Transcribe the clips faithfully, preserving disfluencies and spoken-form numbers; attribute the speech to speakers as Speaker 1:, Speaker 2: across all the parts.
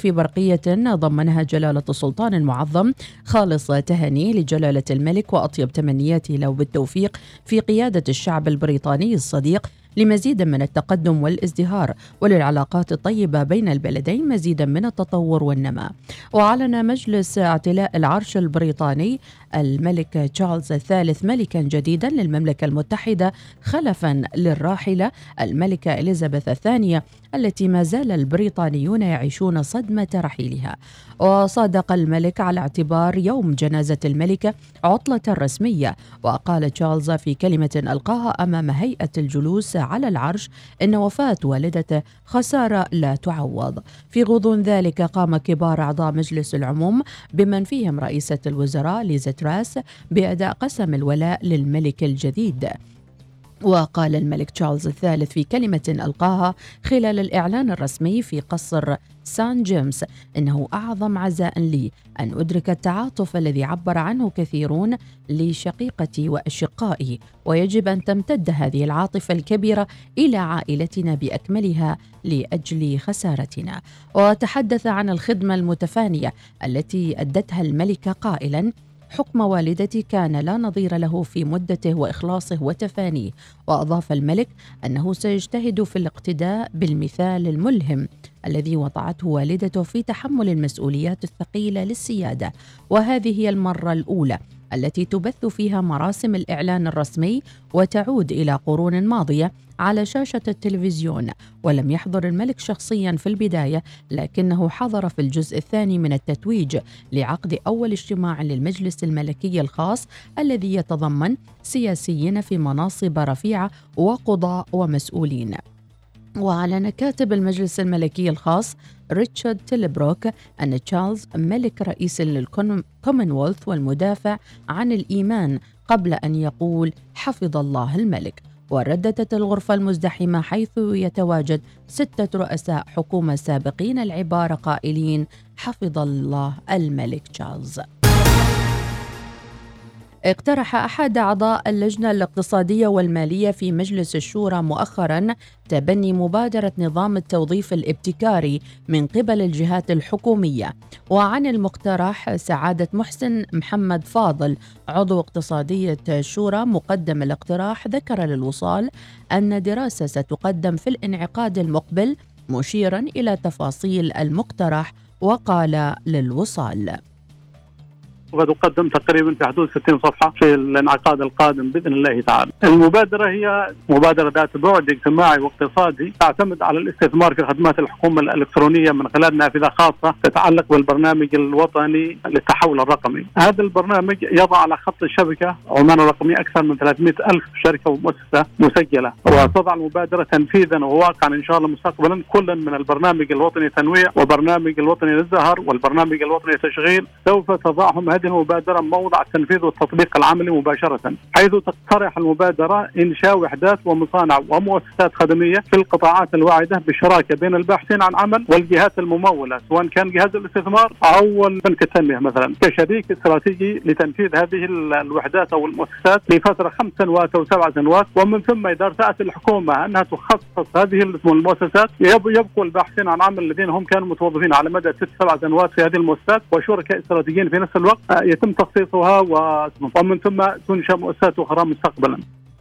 Speaker 1: في برقية ضمنها جلالة السلطان المعظم خالص تهانيه لجلالة الملك وأطيب تمنياته له بالتوفيق في قيادة الشعب البريطاني الصديق لمزيد من التقدم والازدهار، وللعلاقات الطيبة بين البلدين مزيدا من التطور والنماء. وأعلن مجلس اعتلاء العرش البريطاني الملك تشارلز الثالث ملكا جديدا للمملكة المتحدة خلفا للراحلة الملكة إليزابيث الثانية التي ما زال البريطانيون يعيشون صدمة رحيلها. وصادق الملك على اعتبار يوم جنازة الملكة عطلة رسمية. وقال تشارلز في كلمة ألقاها أمام هيئة الجلوس على العرش إن وفاة والدته خسارة لا تعوض. في غضون ذلك قام كبار أعضاء مجلس العموم بمن فيهم رئيسة الوزراء ليز تراس بأداء قسم الولاء للملك الجديد. وقال الملك تشارلز الثالث في كلمة ألقاها خلال الإعلان الرسمي في قصر سان جيمس إنه أعظم عزاء لي أن أدرك التعاطف الذي عبر عنه كثيرون لشقيقتي وأشقائي، ويجب أن تمتد هذه العاطفة الكبيرة إلى عائلتنا بأكملها لأجل خسارتنا. وتحدث عن الخدمة المتفانية التي أدتها الملكة قائلاً: حكم والدتي كان لا نظير له في مدته وإخلاصه وتفانيه. وأضاف الملك أنه سيجتهد في الاقتداء بالمثال الملهم الذي وضعته والدته في تحمل المسؤوليات الثقيلة للسيادة. وهذه هي المرة الأولى التي تبث فيها مراسم الإعلان الرسمي وتعود إلى قرون ماضية على شاشة التلفزيون. ولم يحضر الملك شخصيا في البداية، لكنه حضر في الجزء الثاني من التتويج لعقد أول اجتماع للمجلس الملكي الخاص الذي يتضمن سياسيين في مناصب رفيعة وقضاء ومسؤولين. وأعلن كاتب المجلس الملكي الخاص ريتشارد تيلبروك أن تشارلز ملك رئيس للكومنولث والمدافع عن الإيمان قبل أن يقول حفظ الله الملك. ورددت الغرفة المزدحمة حيث يتواجد ستة رؤساء حكومة سابقين العبارة قائلين حفظ الله الملك تشارلز. اقترح أحد أعضاء اللجنة الاقتصادية والمالية في مجلس الشورى مؤخرا تبني مبادرة نظام التوظيف الابتكاري من قبل الجهات الحكومية. وعن المقترح سعادة محسن محمد فاضل عضو اقتصادية الشورى مقدم الاقتراح ذكر للوصال أن دراسة ستقدم في الانعقاد المقبل مشيرا إلى تفاصيل المقترح. وقال للوصال:
Speaker 2: وقد أقدم تقريبا في حدود ستين صفحة في الانعقاد القادم بإذن الله تعالى. المبادرة هي مبادرة ذات بعد اجتماعي واقتصادي تعتمد على الاستثمار في خدمات الحكومة الإلكترونية من خلال نافذة خاصة تتعلق بالبرنامج الوطني للتحول الرقمي. هذا البرنامج يضع على خط الشبكة عمان الرقمية أكثر من ثلاثمائة ألف شركة ومؤسسة مسجلة، وتضع المبادرة تنفيذا وواقعا إن شاء الله مستقبلا كل من البرنامج الوطني تنويع وبرنامج الوطني للزهر والبرنامج الوطني تشغيل سوف تضعهم هذه المبادرة موضع التنفيذ والتطبيق العملي مباشرة، حيث تقترح المبادرة إنشاء وحدات ومصانع ومؤسسات خدمية في القطاعات الواعدة بالشراكة بين الباحثين عن عمل والجهات الممولة سواء كان جهاز الاستثمار أو بنك التنمية مثلا كشريك استراتيجي لتنفيذ هذه الوحدات أو المؤسسات لفترة خمس سنوات أو سبع سنوات. ومن ثم إذا ارتأت الحكومة أنها تخصص هذه المؤسسات يبقوا الباحثين عن عمل الذين هم كانوا متوظفين على مدى ست سبع سنوات في هذه المؤسسات وشركاء استراتيجيين في نفس الوقت يتم تخصيصها ومن ثم تنشأ مؤسسات أخرى مستقبلا.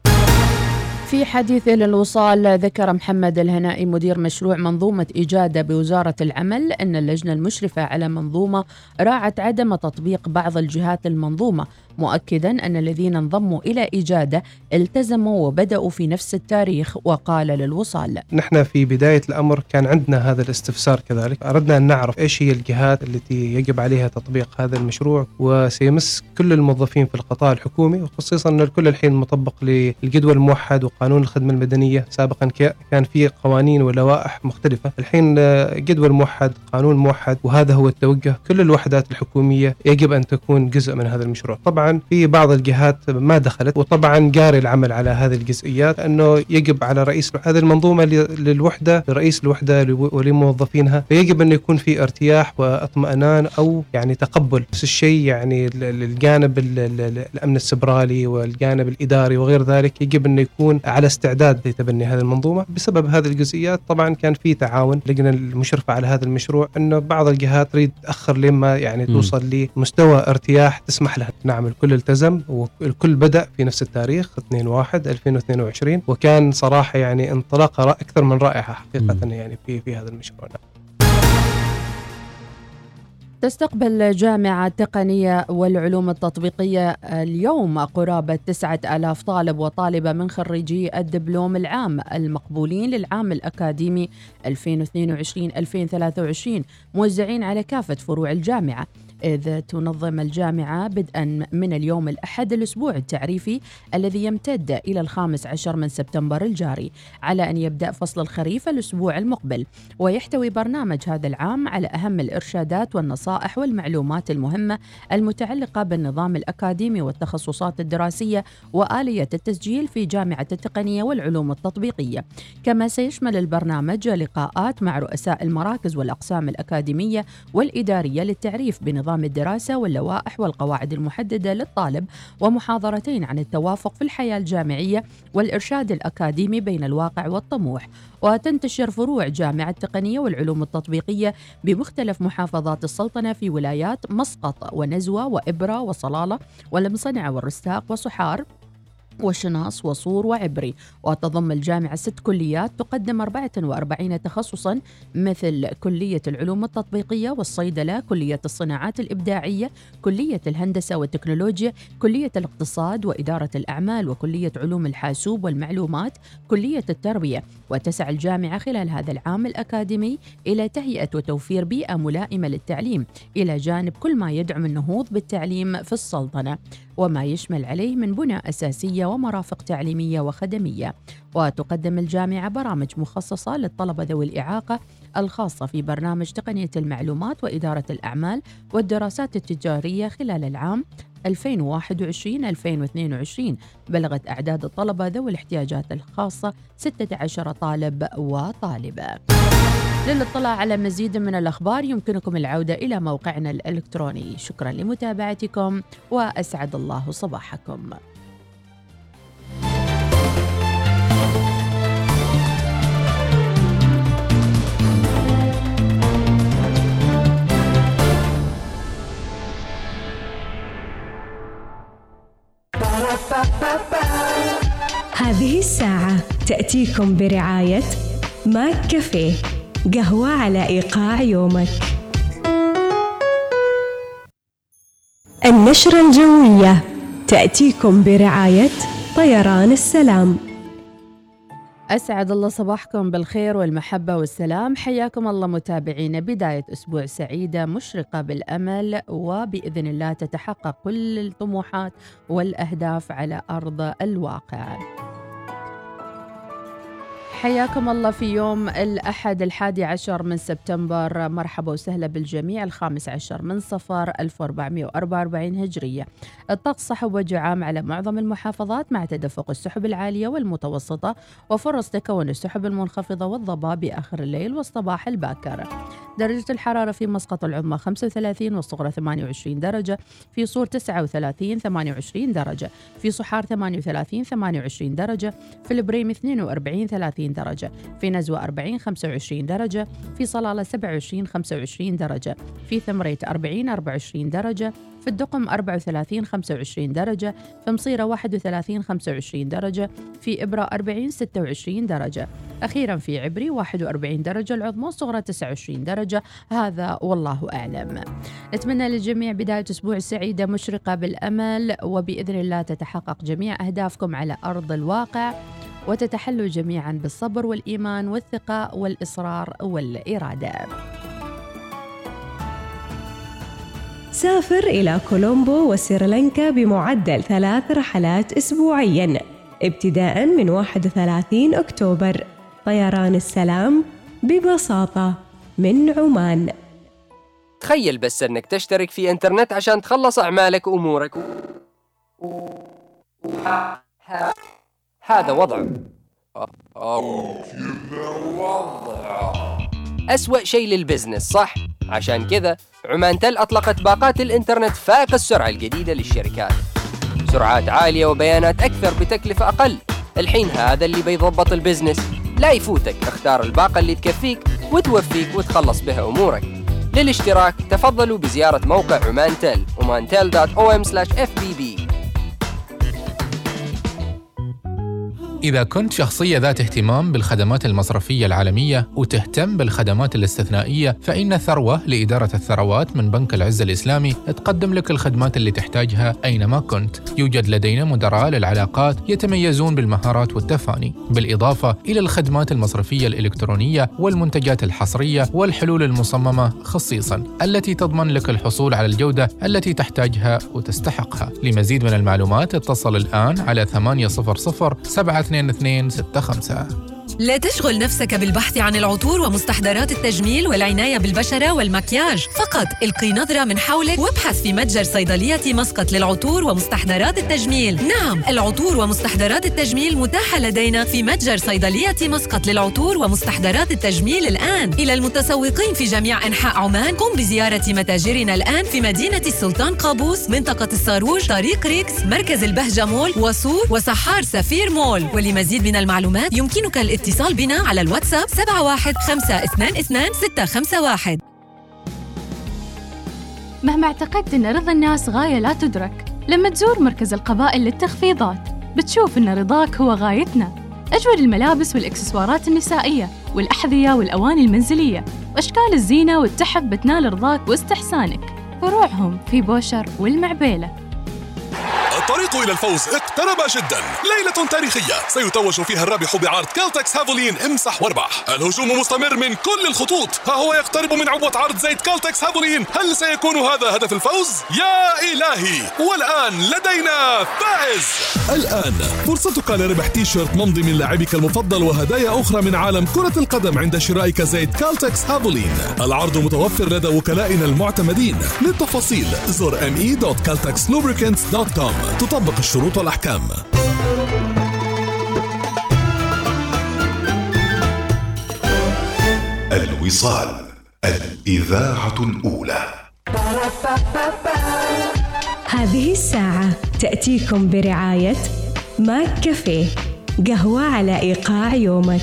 Speaker 1: في حديث للوصال ذكر محمد الهنائي مدير مشروع منظومة إجادة بوزارة العمل أن اللجنة المشرفة على منظومة راعت عدم تطبيق بعض الجهات المنظومة، مؤكدا أن الذين انضموا إلى إجادة التزموا وبدأوا في نفس التاريخ. وقال للوصال:
Speaker 3: نحن في بداية الأمر كان عندنا هذا الاستفسار كذلك، أردنا أن نعرف إيش هي الجهات التي يجب عليها تطبيق هذا المشروع وسيمس كل الموظفين في القطاع الحكومي، وخصيصا أن الكل الحين مطبق للجدول الموحد وقانون الخدمة المدنية. سابقا كان في قوانين ولوائح مختلفة، الحين جدول موحد قانون موحد، وهذا هو التوجه. كل الوحدات الحكومية يجب أن تكون جزء من هذا المشروع. طبعا طبعا في بعض الجهات ما دخلت، وطبعا جاري العمل على هذه الجزئيات أنه يجب على رئيس هذه المنظومة للوحدة، لرئيس الوحدة ولموظفينها، فيجب أن يكون في ارتياح واطمئنان أو يعني تقبل. نفس الشيء يعني الجانب الأمن السبرالي والجانب الإداري وغير ذلك يجب أن يكون على استعداد لتبني هذه المنظومة. بسبب هذه الجزئيات طبعا كان في تعاون، لجنة المشرفة على هذا المشروع أنه بعض الجهات تريد تأخر لما يعني توصل لمستوى ارتياح تسمح لها. نعم الكل التزم والكل بدأ في نفس التاريخ اثنين واحد ألفين واثنين وعشرين، وكان صراحة يعني انطلاقة أكثر من رائعة حقيقة يعني في في هذا المشروع.
Speaker 1: تستقبل الجامعة التقنية والعلوم التطبيقية اليوم قرابة تسعة آلاف طالب وطالبة من خريجي الدبلوم العام المقبولين للعام الأكاديمي ألفين واثنين وعشرين ألفين وثلاثة وعشرين، موزعين على كافة فروع الجامعة، إذ تنظم الجامعة بدءا من اليوم الأحد الأسبوع التعريفي الذي يمتد إلى الخامس عشر من سبتمبر الجاري، على أن يبدأ فصل الخريف الأسبوع المقبل. ويحتوي برنامج هذا العام على أهم الإرشادات والنصائح والمعلومات المهمة المتعلقة بالنظام الأكاديمي والتخصصات الدراسية وآلية التسجيل في جامعة التقنية والعلوم التطبيقية. كما سيشمل البرنامج لقاءات مع رؤساء المراكز والأقسام الأكاديمية والإدارية للتعريف بنظام الدراسة واللوائح والقواعد المحددة للطالب، ومحاضرتين عن التوافق في الحياة الجامعية والإرشاد الأكاديمي بين الواقع والطموح. وتنتشر فروع جامعة التقنية والعلوم التطبيقية بمختلف محافظات السلطنة في ولايات مسقط ونزوة وإبرة وصلالة والمصنعة والرستاق وصحار وشناص وصور وعبري. وتضم الجامعة ست كليات تقدم أربعة وأربعين تخصصاً، مثل كلية العلوم التطبيقية والصيدلة، كلية الصناعات الإبداعية، كلية الهندسة والتكنولوجيا، كلية الاقتصاد وإدارة الأعمال، وكلية علوم الحاسوب والمعلومات، كلية التربية. وتسعى الجامعة خلال هذا العام الأكاديمي إلى تهيئة وتوفير بيئة ملائمة للتعليم، إلى جانب كل ما يدعم النهوض بالتعليم في السلطنة وما يشمل عليه من بنى أساسية ومرافق تعليمية وخدمية. وتقدم الجامعة برامج مخصصة للطلبة ذوي الإعاقة، الخاصة في برنامج تقنية المعلومات وإدارة الأعمال والدراسات التجارية. خلال العام ألفين وواحد وعشرين ألفين واثنين وعشرين بلغت أعداد الطلبة ذوي الاحتياجات الخاصة ستة عشر طالب وطالبة. للاطلاع على مزيد من الأخبار يمكنكم العودة إلى موقعنا الإلكتروني. شكرا لمتابعتكم وأسعد الله صباحكم.
Speaker 4: هذه الساعة تأتيكم برعاية ماك كافيه، قهوة على إيقاع يومك. النشرة الجوية تأتيكم برعاية طيران السلام.
Speaker 1: أسعد الله صباحكم بالخير والمحبة والسلام. حياكم الله متابعينا، بداية أسبوع سعيدة مشرقة بالأمل، وبإذن الله تتحقق كل الطموحات والأهداف على أرض الواقع. حياكم الله في يوم الأحد الحادي عشر من سبتمبر، مرحبا وسهلا بالجميع. الخامس عشر من صفر ألف وأربعمائة وأربعة وأربعين هجرية. الطقس صحو وجعام على معظم المحافظات مع تدفق السحب العالية والمتوسطة وفرص تكون السحب المنخفضة والضباب بآخر الليل والصباح الباكر. درجة الحرارة في مسقط العظمى خمسة وثلاثين والصغرى ثمانية وعشرين درجة، في صور تسعة وثلاثين ثمانية وعشرين درجة، في صحار ثمانية وثلاثين ثمانية وعشرين درجة، في البريم اثنين وأربعين ثلاثين درجة، في نزوة أربعين خمسة وعشرين درجة، في صلالة سبعة وعشرين خمسة وعشرين درجة، في ثمريت أربعين أربعة وعشرين درجة، في الدقم أربعة وثلاثين خمسة وعشرين درجة، في مصيرة واحد وثلاثين خمسة وعشرين درجة، في إبرة أربعين ستة وعشرين درجة، أخيرا في عبري واحد وأربعين درجة العظمى والصغرى تسعة وعشرين درجة. هذا والله أعلم. نتمنى للجميع بداية أسبوع سعيدة مشرقة بالأمل، وبإذن الله تتحقق جميع أهدافكم على أرض الواقع، وتتحلوا جميعا بالصبر والإيمان والثقة والإصرار والإرادة.
Speaker 4: سافر إلى كولومبو وسريلانكا بمعدل ثلاث رحلات أسبوعياً ابتداءً من واحد وثلاثين أكتوبر. طيران السلام، ببساطة من عمان.
Speaker 5: تخيل بس أنك تشترك في إنترنت عشان تخلص أعمالك وأمورك هذا وضعه. أسوأ شيء للبزنس، صح؟ عشان كذا عمان تل أطلقت باقات الإنترنت فائق السرعة الجديدة للشركات، سرعات عالية وبيانات أكثر بتكلفة أقل. الحين هذا اللي بيضبط البزنس، لا يفوتك. اختار الباقة اللي تكفيك وتوفيك وتخلص بها أمورك. للاشتراك تفضلوا بزيارة موقع عمان تل عمانتل دوت أو إم سلاش إف بي بي.
Speaker 6: إذا كنت شخصية ذات اهتمام بالخدمات المصرفية العالمية وتهتم بالخدمات الاستثنائية، فإن ثروة لإدارة الثروات من بنك العز الإسلامي تقدم لك الخدمات اللي تحتاجها أينما كنت. يوجد لدينا مدراء للعلاقات يتميزون بالمهارات والتفاني، بالإضافة إلى الخدمات المصرفية الإلكترونية والمنتجات الحصرية والحلول المصممة خصيصاً، التي تضمن لك الحصول على الجودة التي تحتاجها وتستحقها. لمزيد من المعلومات اتصل الآن على ثمانية صفر صفر سبعة اثنين اثنين ستة خمسة.
Speaker 7: لا تشغل نفسك بالبحث عن العطور ومستحضرات التجميل والعناية بالبشرة والمكياج فقط. القي نظرة من حولك وابحث في متجر صيدلية مسقط للعطور ومستحضرات التجميل. نعم، العطور ومستحضرات التجميل متاحة لدينا في متجر صيدلية مسقط للعطور ومستحضرات التجميل الآن. إلى المتسوقين في جميع أنحاء عمان، قم بزيارة متاجرنا الآن في مدينة السلطان قابوس، منطقة الصاروج، طريق ريكس، مركز البهجة مول، وصور، وسحار سفير مول. ولمزيد من المعلومات يمكنك الاتصال بنا على الواتساب سبعة واحد خمسة اثنان اثنان ستة خمسة واحد.
Speaker 8: مهما اعتقدت أن رضا الناس غاية لا تدرك، لما تزور مركز القبائل للتخفيضات بتشوف أن رضاك هو غايتنا. أجود الملابس والإكسسوارات النسائية والأحذية والأواني المنزلية وأشكال الزينة والتحف بتنال رضاك واستحسانك. فروعهم في بوشر والمعبيلة.
Speaker 9: الطريق إلى الفوز اقترب جدا. ليلة تاريخية سيتوج فيها الرابح بعرض كالتكس هافولين امسح واربح. الهجوم مستمر من كل الخطوط. ها هو يقترب من عبوة عرض زيت كالتكس هافولين. هل سيكون هذا هدف الفوز؟ يا إلهي، والآن لدينا فائز. الآن فرصتك لربح تيشيرت ممضي من لاعبك المفضل وهدايا أخرى من عالم كرة القدم عند شرائك زيت كالتكس هافولين. العرض متوفر لدى وكلائنا المعتمدين. للتفاصيل زر ام اي دوت كالتكس لوبريكانتس دوت كوم. تطبق الشروط والأحكام.
Speaker 10: الوصال، الإذاعة الأولى.
Speaker 4: هذه الساعة تأتيكم برعاية ماك كافيه، قهوة على إيقاع يومك.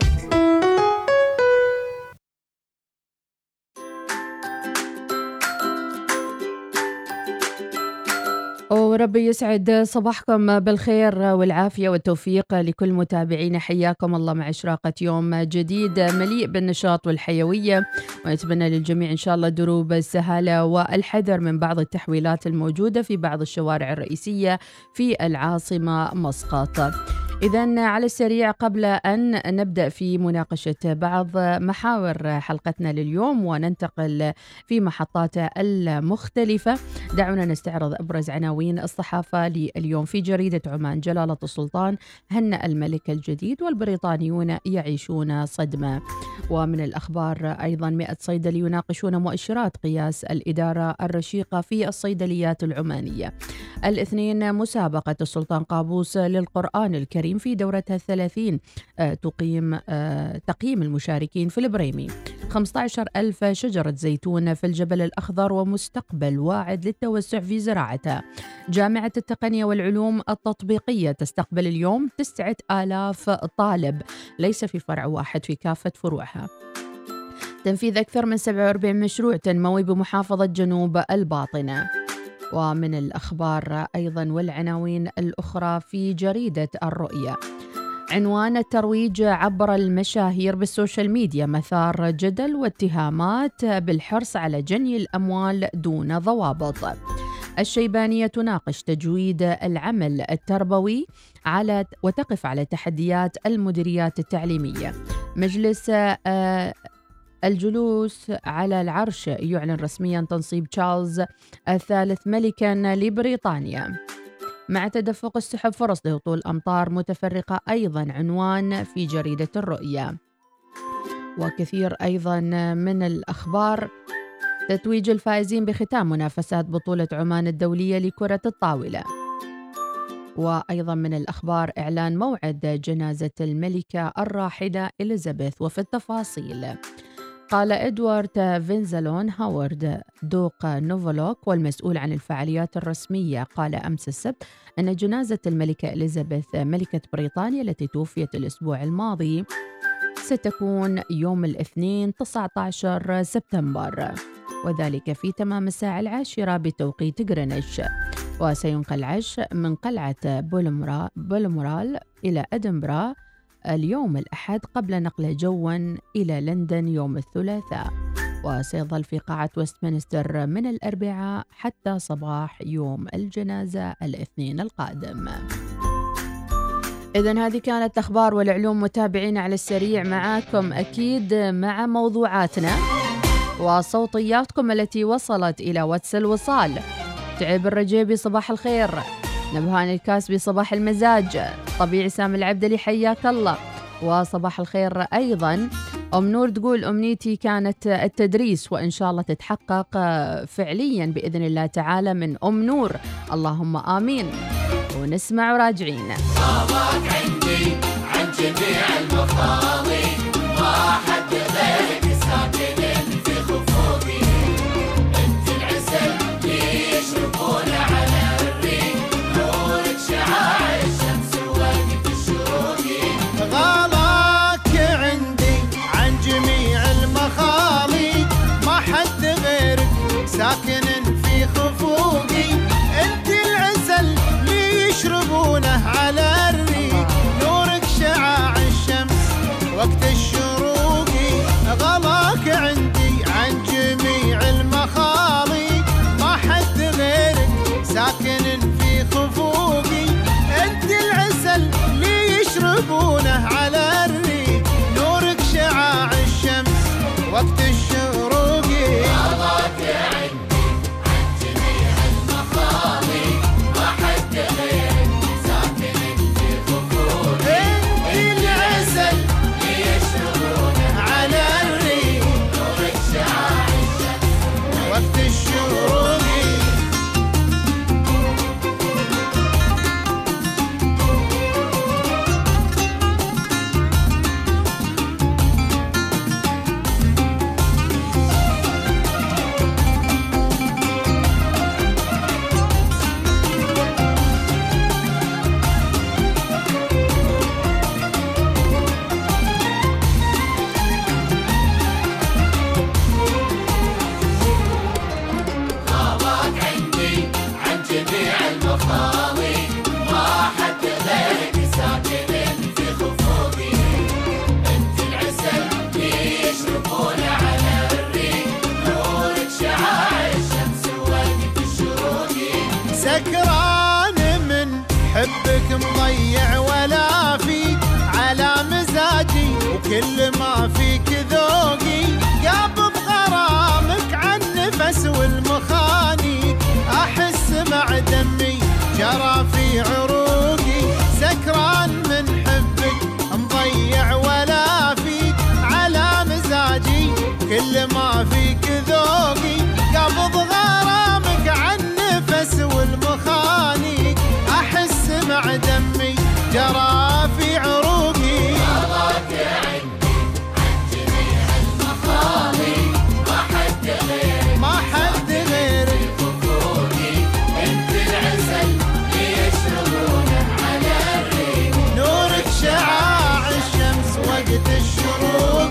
Speaker 1: وربي يسعد صباحكم بالخير والعافية والتوفيق لكل متابعينا. حياكم الله مع إشراقة يوم جديد مليء بالنشاط والحيوية، ونتمنى للجميع إن شاء الله دروب السهالة والحذر من بعض التحويلات الموجودة في بعض الشوارع الرئيسية في العاصمة مسقط. إذن على السريع قبل أن نبدأ في مناقشة بعض محاور حلقتنا لليوم وننتقل في محطاتها المختلفة، دعونا نستعرض أبرز عناوين الصحافة لليوم. في جريدة عمان: جلالة السلطان هنأ الملك الجديد والبريطانيون يعيشون صدمة. ومن الأخبار أيضا: مئة صيدلي يناقشون مؤشرات قياس الإدارة الرشيقة في الصيدليات العمانية. الاثنين: مسابقة السلطان قابوس للقرآن الكريم في دورتها الثلاثين تقيم تقييم المشاركين في البريمي. خمسة عشر ألف شجرة زيتون في الجبل الأخضر ومستقبل واعد للتوسع في زراعتها. جامعة التقنية والعلوم التطبيقية تستقبل اليوم تسعة آلاف طالب، ليس في فرع واحد، في كافة فروعها. تنفيذ أكثر من سبعة وأربعين مشروع تنموي بمحافظة جنوب الباطنة. ومن الأخبار أيضا والعناوين الأخرى في جريدة الرؤية: عنوان: الترويج عبر المشاهير بالسوشيال ميديا مثار جدل واتهامات بالحرص على جني الأموال دون ضوابط. الشيبانية تناقش تجويد العمل التربوي على وتقف على تحديات المديريات التعليمية. مجلس آه الجلوس على العرش يعلن رسميا تنصيب تشارلز الثالث ملكا لبريطانيا. مع تدفق السحب فرص لهطول أمطار متفرقة، أيضا عنوان في جريدة الرؤية. وكثير أيضا من الأخبار: تتويج الفائزين بختام منافسات بطولة عمان الدولية لكرة الطاولة. وأيضا من الأخبار إعلان موعد جنازة الملكة الراحلة إليزابيث. وفي التفاصيل قال إدوارد فينزلون هاورد دوق نوفولوك والمسؤول عن الفعاليات الرسمية قال أمس السبت أن جنازة الملكة إليزابيث ملكة بريطانيا التي توفيت الأسبوع الماضي ستكون يوم الاثنين تسعة عشر سبتمبر، وذلك في تمام الساعة العاشرة بتوقيت غرينتش. وسينقل العش من قلعة بولمرا بولمورال إلى أدنبرا اليوم الأحد قبل نقله جوا إلى لندن يوم الثلاثاء، وسيظل في قاعة ويستمنستر من الأربعاء حتى صباح يوم الجنازة الاثنين القادم. إذن هذه كانت أخبار والعلوم متابعين على السريع معاكم أكيد مع موضوعاتنا وصوتياتكم التي وصلت إلى واتس الوصال. تعب الرجيبي صباح الخير، نبهان الكاسبي صباح المزاج، طبيعي سام العبدلي حياك الله، وصباح الخير أيضا. أم نور تقول أمنيتي كانت التدريس وإن شاء الله تتحقق فعليا بإذن الله تعالى من أم نور، اللهم آمين. ونسمع وراجعين.
Speaker 11: صابك عندي عن جميع المخاضي، ما حد غيرك ساكن في خفوقي، انت العسل يشربون على الريق، نورك شعاع الشمس وقت الشروق.
Speaker 12: غلاك عندي عن جميع المخاضي، ما حد غيرك ساكن في خفوقي، انت العسل يشربونه على الريق، نورك شعاع الشمس وقت الشروق. غلاك عندي عن جميع المخاضي، ما حد غيرك ساكن في خفوقي، انت العسل اللي يشربونه على الريق، نورك شعاع الشمس وقت الشروق.
Speaker 11: غلاك عندي عن جميع المخاضي، ما حد غيرك ساكن في خفوقي،
Speaker 12: انت العسل
Speaker 11: اللي يشربونه
Speaker 12: على الريق،
Speaker 11: نورك شعاع الشمس
Speaker 12: وقت الشروق. سكران من حبك مضيع ولا فيك على مزاجي، وكل ما فيك ذوقي قابض غرامك عن نفس والمخانيك، احس مع دمي جرى في عروقي. سكران من حبك مضيع ولا فيك على مزاجي، وكل ما فيك ذوقي قابض غرامك عن نفس والمخانيك، احس مع دمي جرى في عروقي.
Speaker 11: غلاك عندي عن جميع المخاضي، ما حد غيرك
Speaker 12: ما حد غيرك
Speaker 11: خفوقي، انت العسل يشربونه على الريق،
Speaker 12: نورك شعاع الشمس وقت الشروق.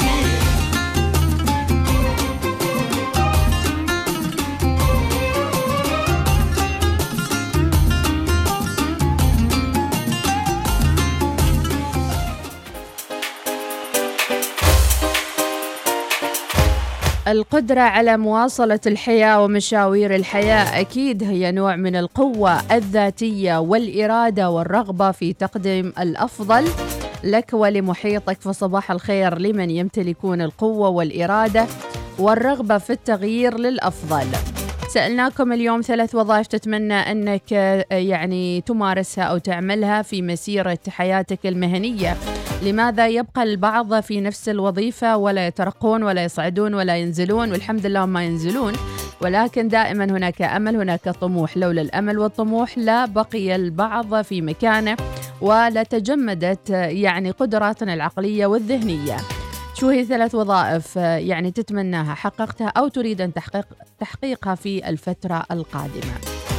Speaker 1: القدرة على مواصلة الحياة ومشاوير الحياة أكيد هي نوع من القوة الذاتية والإرادة والرغبة في تقديم الأفضل لك ولمحيطك. فصباح الخير لمن يمتلكون القوة والإرادة والرغبة في التغيير للأفضل. سألناكم اليوم ثلاث وظائف تتمنى أنك يعني تمارسها أو تعملها في مسيرة حياتك المهنية. لماذا يبقى البعض في نفس الوظيفة ولا يترقون ولا يصعدون ولا ينزلون، والحمد لله ما ينزلون؟ ولكن دائما هناك أمل، هناك طموح. لولا الأمل والطموح لا بقي البعض في مكانه ولا تجمدت يعني قدراتنا العقلية والذهنية. شو هي ثلاث وظائف يعني تتمناها حققتها أو تريد أن تحقق تحقيقها في الفترة القادمة؟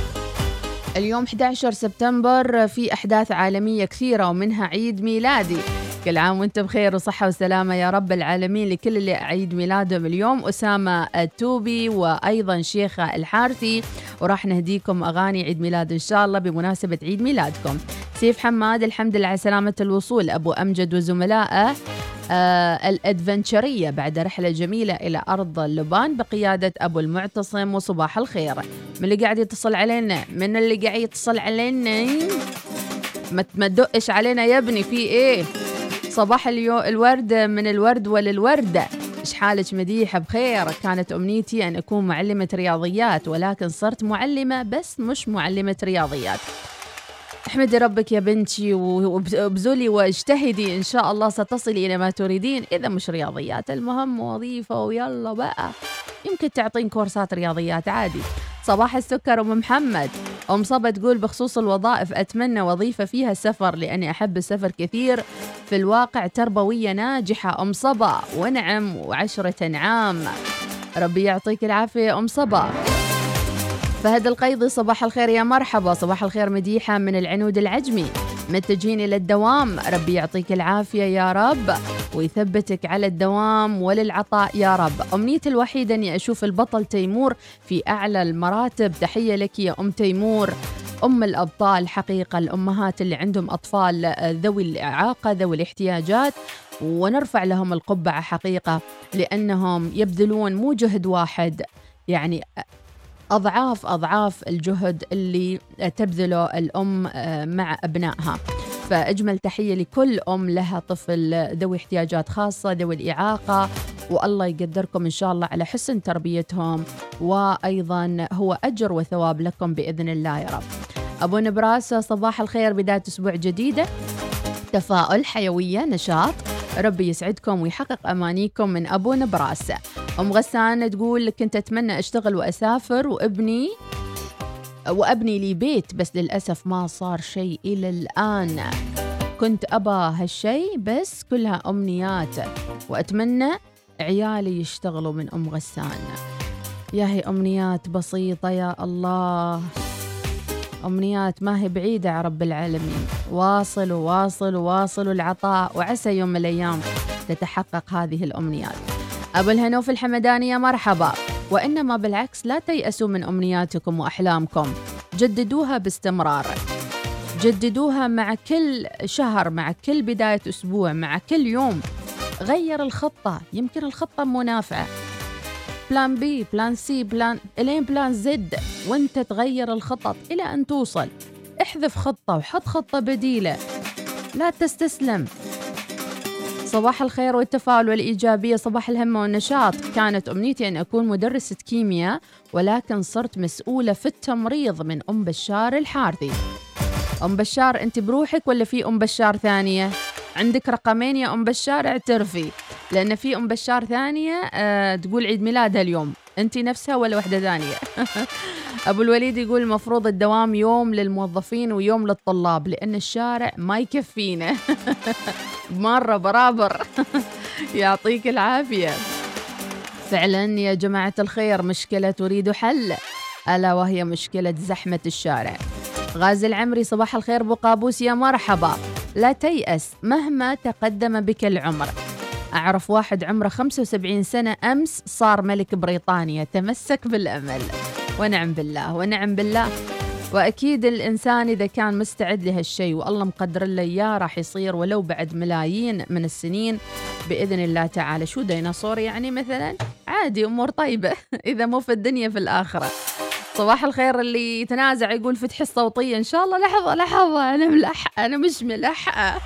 Speaker 1: اليوم أحد عشر سبتمبر، في أحداث عالمية كثيرة ومنها عيد ميلادي. كل عام وانت بخير وصحة وسلامة يا رب العالمين لكل اللي عيد ميلادهم اليوم. أسامة التوبي وأيضا شيخة الحارثي، وراح نهديكم أغاني عيد ميلاد إن شاء الله بمناسبة عيد ميلادكم. سيف حماد، الحمد لله على سلامة الوصول. أبو أمجد وزملائه آه الأدفنشرية بعد رحلة جميلة إلى أرض اللبان بقيادة أبو المعتصم، وصباح الخير. من اللي قاعد يتصل علينا؟ من اللي قاعد يتصل علينا؟ ما تدقش علينا يا ابني، في إيه؟ صباح اليوم الورد من الورد وللوردة. إيش حالك مديحة؟ بخير. كانت أمنيتي أن أكون معلمة رياضيات ولكن صرت معلمة بس مش معلمة رياضيات. احمدي ربك يا بنتي وابذلي واجتهدي، إن شاء الله ستصلي إلى ما تريدين. إذا مش رياضيات المهم وظيفة ويلا بقى، يمكن تعطين كورسات رياضيات عادي. صباح السكر أم محمد. أم صبا تقول بخصوص الوظائف أتمنى وظيفة فيها سفر لأني أحب السفر كثير، في الواقع تربوية ناجحة أم صبا، ونعم وعشرة نعام. ربي يعطيك العافية أم صبا. فهد القيضي، صباح الخير يا مرحبا. صباح الخير مديحة من العنود العجمي، متجهين إلى الدوام. ربي يعطيك العافية يا رب ويثبتك على الدوام وللعطاء يا رب. أمنيتي الوحيدة أني أشوف البطل تيمور في أعلى المراتب. تحية لك يا أم تيمور، أم الأبطال حقيقة، الأمهات اللي عندهم أطفال ذوي الإعاقة ذوي الاحتياجات، ونرفع لهم القبعة حقيقة لأنهم يبذلون مو جهد واحد، يعني أضعاف أضعاف الجهد اللي تبذله الأم مع أبنائها. فأجمل تحية لكل أم لها طفل ذوي احتياجات خاصة ذوي الإعاقة، والله يقدركم إن شاء الله على حسن تربيتهم، وأيضا هو أجر وثواب لكم بإذن الله يا رب. أبو نبراس، صباح الخير، بداية أسبوع جديدة، تفاؤل، حيوية، نشاط، ربي يسعدكم ويحقق أمانيكم من أبو نبراس. أم غسان تقول كنت أتمنى أشتغل وأسافر وأبني وأبني لي بيت، بس للأسف ما صار شيء إلى الآن. كنت أبى هالشيء بس كلها أمنيات، وأتمنى عيالي يشتغلوا من أم غسان. يا هي أمنيات بسيطة يا الله، أمنيات ما هي بعيدة يا رب العالمين. واصلوا واصلوا واصلوا العطاء، وعسى يوم من الأيام تتحقق هذه الأمنيات. أبو الهنوف الحمداني، يا مرحبا. وإنما بالعكس لا تيأسوا من أمنياتكم وأحلامكم، جددوها باستمرار، جددوها مع كل شهر، مع كل بداية أسبوع، مع كل يوم. غير الخطة، يمكن الخطة مو نافعة، بلان بي، بلان سي، بلان إلين بلان زد، وانت تغير الخطط إلى أن توصل. احذف خطة وحط خطة بديلة، لا تستسلم. صباح الخير والتفاؤل والإيجابية، صباح الهمة والنشاط. كانت أمنيتي أن أكون مدرسة كيمياء ولكن صرت مسؤولة في التمريض من أم بشار الحارثي. أم بشار أنت بروحك ولا في أم بشار ثانية؟ عندك رقمين يا أم بشار، اعترفي، لأن في أم بشار ثانية أه تقول عيد ميلادها اليوم، أنت نفسها ولا واحدة ثانية؟ أبو الوليد يقول المفروض الدوام يوم للموظفين ويوم للطلاب لأن الشارع ما يكفينا. مرة برابر. يعطيك العافية. فعلا يا جماعة الخير مشكلة تريد حل، ألا وهي مشكلة زحمة الشارع. غازي العمري، صباح الخير بو قابوس، يا مرحبا. لا تيأس مهما تقدم بك العمر. أعرف واحد عمره خمسة وسبعين سنة أمس صار ملك بريطانيا، تمسك بالأمل. ونعم بالله ونعم بالله. وأكيد الإنسان إذا كان مستعد لهالشيء والله مقدر له إياه راح يصير ولو بعد ملايين من السنين بإذن الله تعالى. شو ديناصور يعني مثلا؟ عادي، أمور طيبة. إذا مو في الدنيا في الآخرة. صباح الخير اللي يتنازع يقول فتح الصوتية إن شاء الله. لحظة لحظة، أنا ملحقة، أنا مش ملحقة.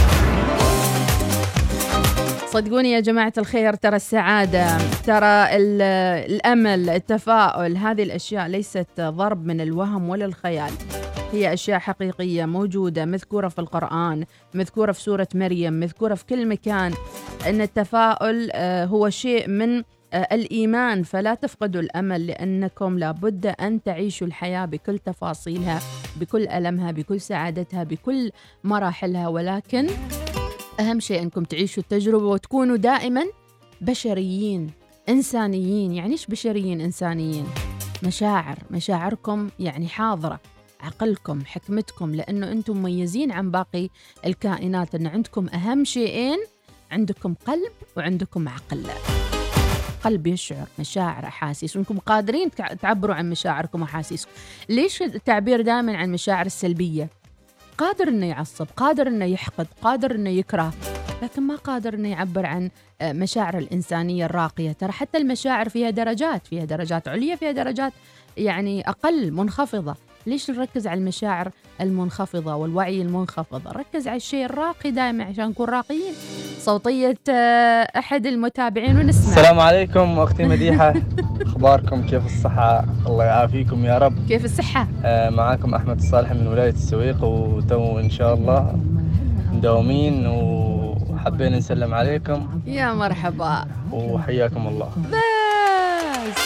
Speaker 1: صدقوني يا جماعة الخير، ترى السعادة، ترى الأمل، التفاؤل، هذه الأشياء ليست ضرب من الوهم ولا الخيال، هي أشياء حقيقية موجودة، مذكورة في القرآن، مذكورة في سورة مريم، مذكورة في كل مكان. أن التفاؤل هو شيء من آه الإيمان، فلا تفقدوا الأمل لأنكم لابد أن تعيشوا الحياة بكل تفاصيلها، بكل ألمها، بكل سعادتها، بكل مراحلها، ولكن أهم شيء أنكم تعيشوا التجربة وتكونوا دائما بشريين إنسانيين. يعني إيش بشريين إنسانيين؟ مشاعر، مشاعركم يعني حاضرة، عقلكم، حكمتكم، لأنه أنتم مميزين عن باقي الكائنات، أن عندكم أهم شيئين، عندكم قلب وعندكم عقل. قلب يشعر، مشاعر، أحاسيس، وأنكم قادرين تعبروا عن مشاعركم وأحاسيسكم. ليش التعبير دائما عن مشاعر السلبية؟ قادر أنه يعصب، قادر أنه يحقد، قادر أنه يكره، لكن ما قادر أنه يعبر عن مشاعر الإنسانية الراقية. ترى حتى المشاعر فيها درجات، فيها درجات عليا، فيها درجات يعني أقل منخفضة. ليش نركز على المشاعر المنخفضة والوعي المنخفض؟ نركز على الشيء الراقي دائما عشان نكون راقيين. صوتية أحد المتابعين ونسمع.
Speaker 13: السلام عليكم أختي مديحة، أخباركم؟ كيف الصحة؟ الله يعافيكم يا رب.
Speaker 1: كيف الصحة؟
Speaker 13: آه معاكم أحمد الصالح من ولاية السويق، وتو إن شاء الله مداومين، وحبينا نسلم عليكم.
Speaker 1: يا مرحبا
Speaker 13: وحياكم الله.
Speaker 1: بس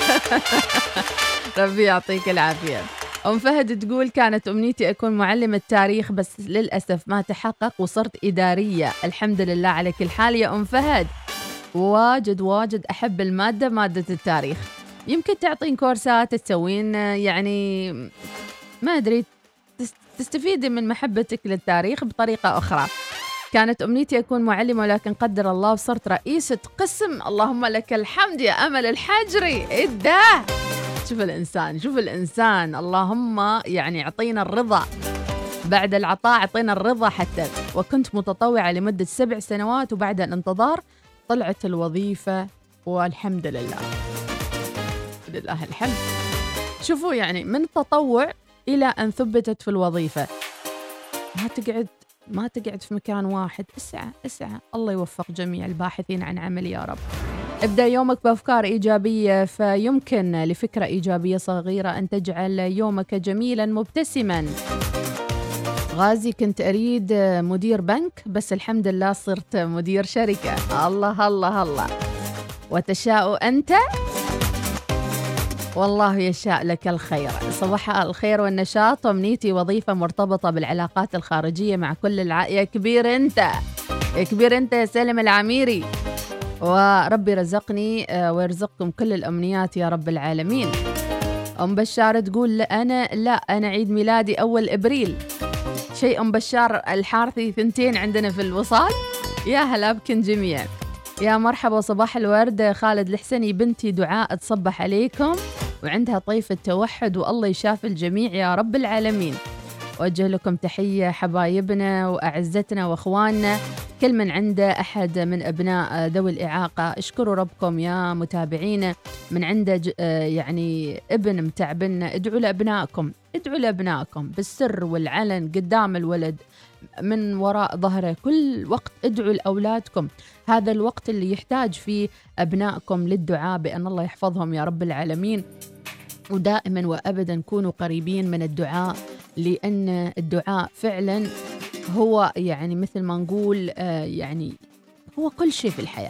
Speaker 1: ربي يعطيك العافية. أم فهد تقول كانت أمنيتي أكون معلمة تاريخ بس للأسف ما تحقق وصرت إدارية. الحمد لله على كل حال يا أم فهد، واجد واجد أحب المادة، مادة التاريخ. يمكن تعطين كورسات، تسوين يعني ما أدري، تستفيدي من محبتك للتاريخ بطريقة أخرى. كانت أمنيتي أكون معلمة ولكن قدر الله وصرت رئيسة قسم. اللهم لك الحمد يا أمل الحجري. إيه ده؟ شوف الإنسان، شوف الإنسان، اللهم يعني أعطينا الرضا بعد العطاء، أعطينا الرضا حتى. وكنت متطوعة لمدة سبع سنوات وبعد الانتظار طلعت الوظيفة والحمد لله، لله الحمد. شوفوا يعني من التطوع إلى أن ثبتت في الوظيفة. ما تقعد ما تقعد في مكان واحد، اسعى اسعى. الله يوفق جميع الباحثين عن عمل يا رب. ابدأ يومك بأفكار إيجابية، فيمكن لفكرة إيجابية صغيرة أن تجعل يومك جميلا مبتسما. غازي كنت أريد مدير بنك بس الحمد لله صرت مدير شركة. الله الله الله. وتشاء أنت والله يشاء لك الخير. صباح الخير والنشاط. ومنيتي وظيفة مرتبطة بالعلاقات الخارجية مع كل الع... يا كبير أنت، يا كبير أنت يا سالم العميري. وربي رزقني ويرزقكم كل الأمنيات يا رب العالمين. أم بشار تقول أنا لا أنا عيد ميلادي أول إبريل. شيء أم بشار الحارثي ثنتين عندنا في الوصال. يا هلا بكن جميع. يا مرحبا وصباح الورد. خالد الحسني بنتي دعاء تصبح عليكم وعندها طيف التوحد والله يشافي الجميع يا رب العالمين. وجه لكم تحية حبايبنا وأعزتنا وأخواننا، كل من عنده أحد من أبناء ذوي الإعاقة اشكروا ربكم يا متابعينا. من عنده يعني ابن متعبنا ادعوا لأبنائكم، ادعوا لأبنائكم بالسر والعلن قدام الولد من وراء ظهره، كل وقت ادعوا لأولادكم. هذا الوقت اللي يحتاج فيه أبنائكم للدعاء بأن الله يحفظهم يا رب العالمين. ودائما وأبدا كونوا قريبين من الدعاء، لأن الدعاء فعلا هو يعني مثل ما نقول آه يعني هو كل شيء في الحياة.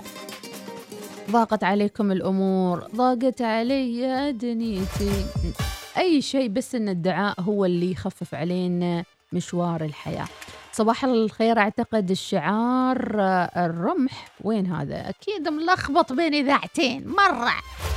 Speaker 1: ضاقت عليكم الأمور، ضاقت علي دنيتي، أي شيء بس أن الدعاء هو اللي يخفف علينا مشوار الحياة. صباح الخير. أعتقد الشعار آه الرمح وين هذا؟ أكيد ملخبط بين إذاعتين مرة.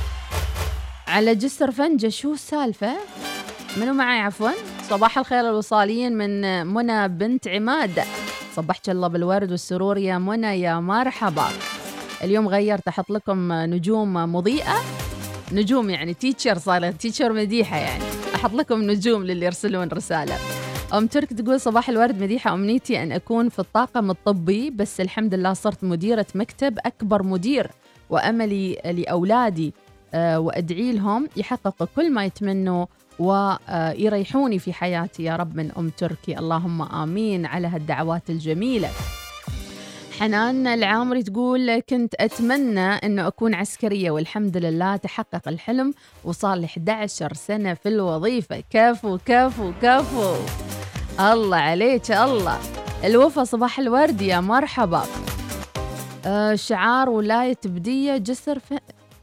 Speaker 1: على جسر فنجة شو السالفة؟ منو معي عفوا؟ صباح الخير الوصاليين من منى بنت عماد. صبحت الله بالورد والسرور يا منى يا مرحبا. اليوم غيرت أحط لكم نجوم مضيئة، نجوم يعني تيتشر، صار تيتشر مديحة، يعني أحط لكم نجوم للي يرسلون رسالة. أم ترك تقول صباح الورد مديحة، أمنيتي أن أكون في الطاقم الطبي بس الحمد لله صرت مديرة مكتب أكبر مدير، وأملي لأولادي أه وأدعي لهم يحققوا كل ما يتمنوا ويريحوني في حياتي يا رب. من أم تركي. اللهم آمين على هالدعوات الجميلة. حنان العامري تقول كنت أتمنى أنه أكون عسكرية والحمد لله تحقق الحلم وصار لي إحدى عشرة سنة في الوظيفة. كفو كفو كفو، الله عليك الله. الوفا صباح الورد يا مرحبا. آه شعار ولاية بدية جسر ف...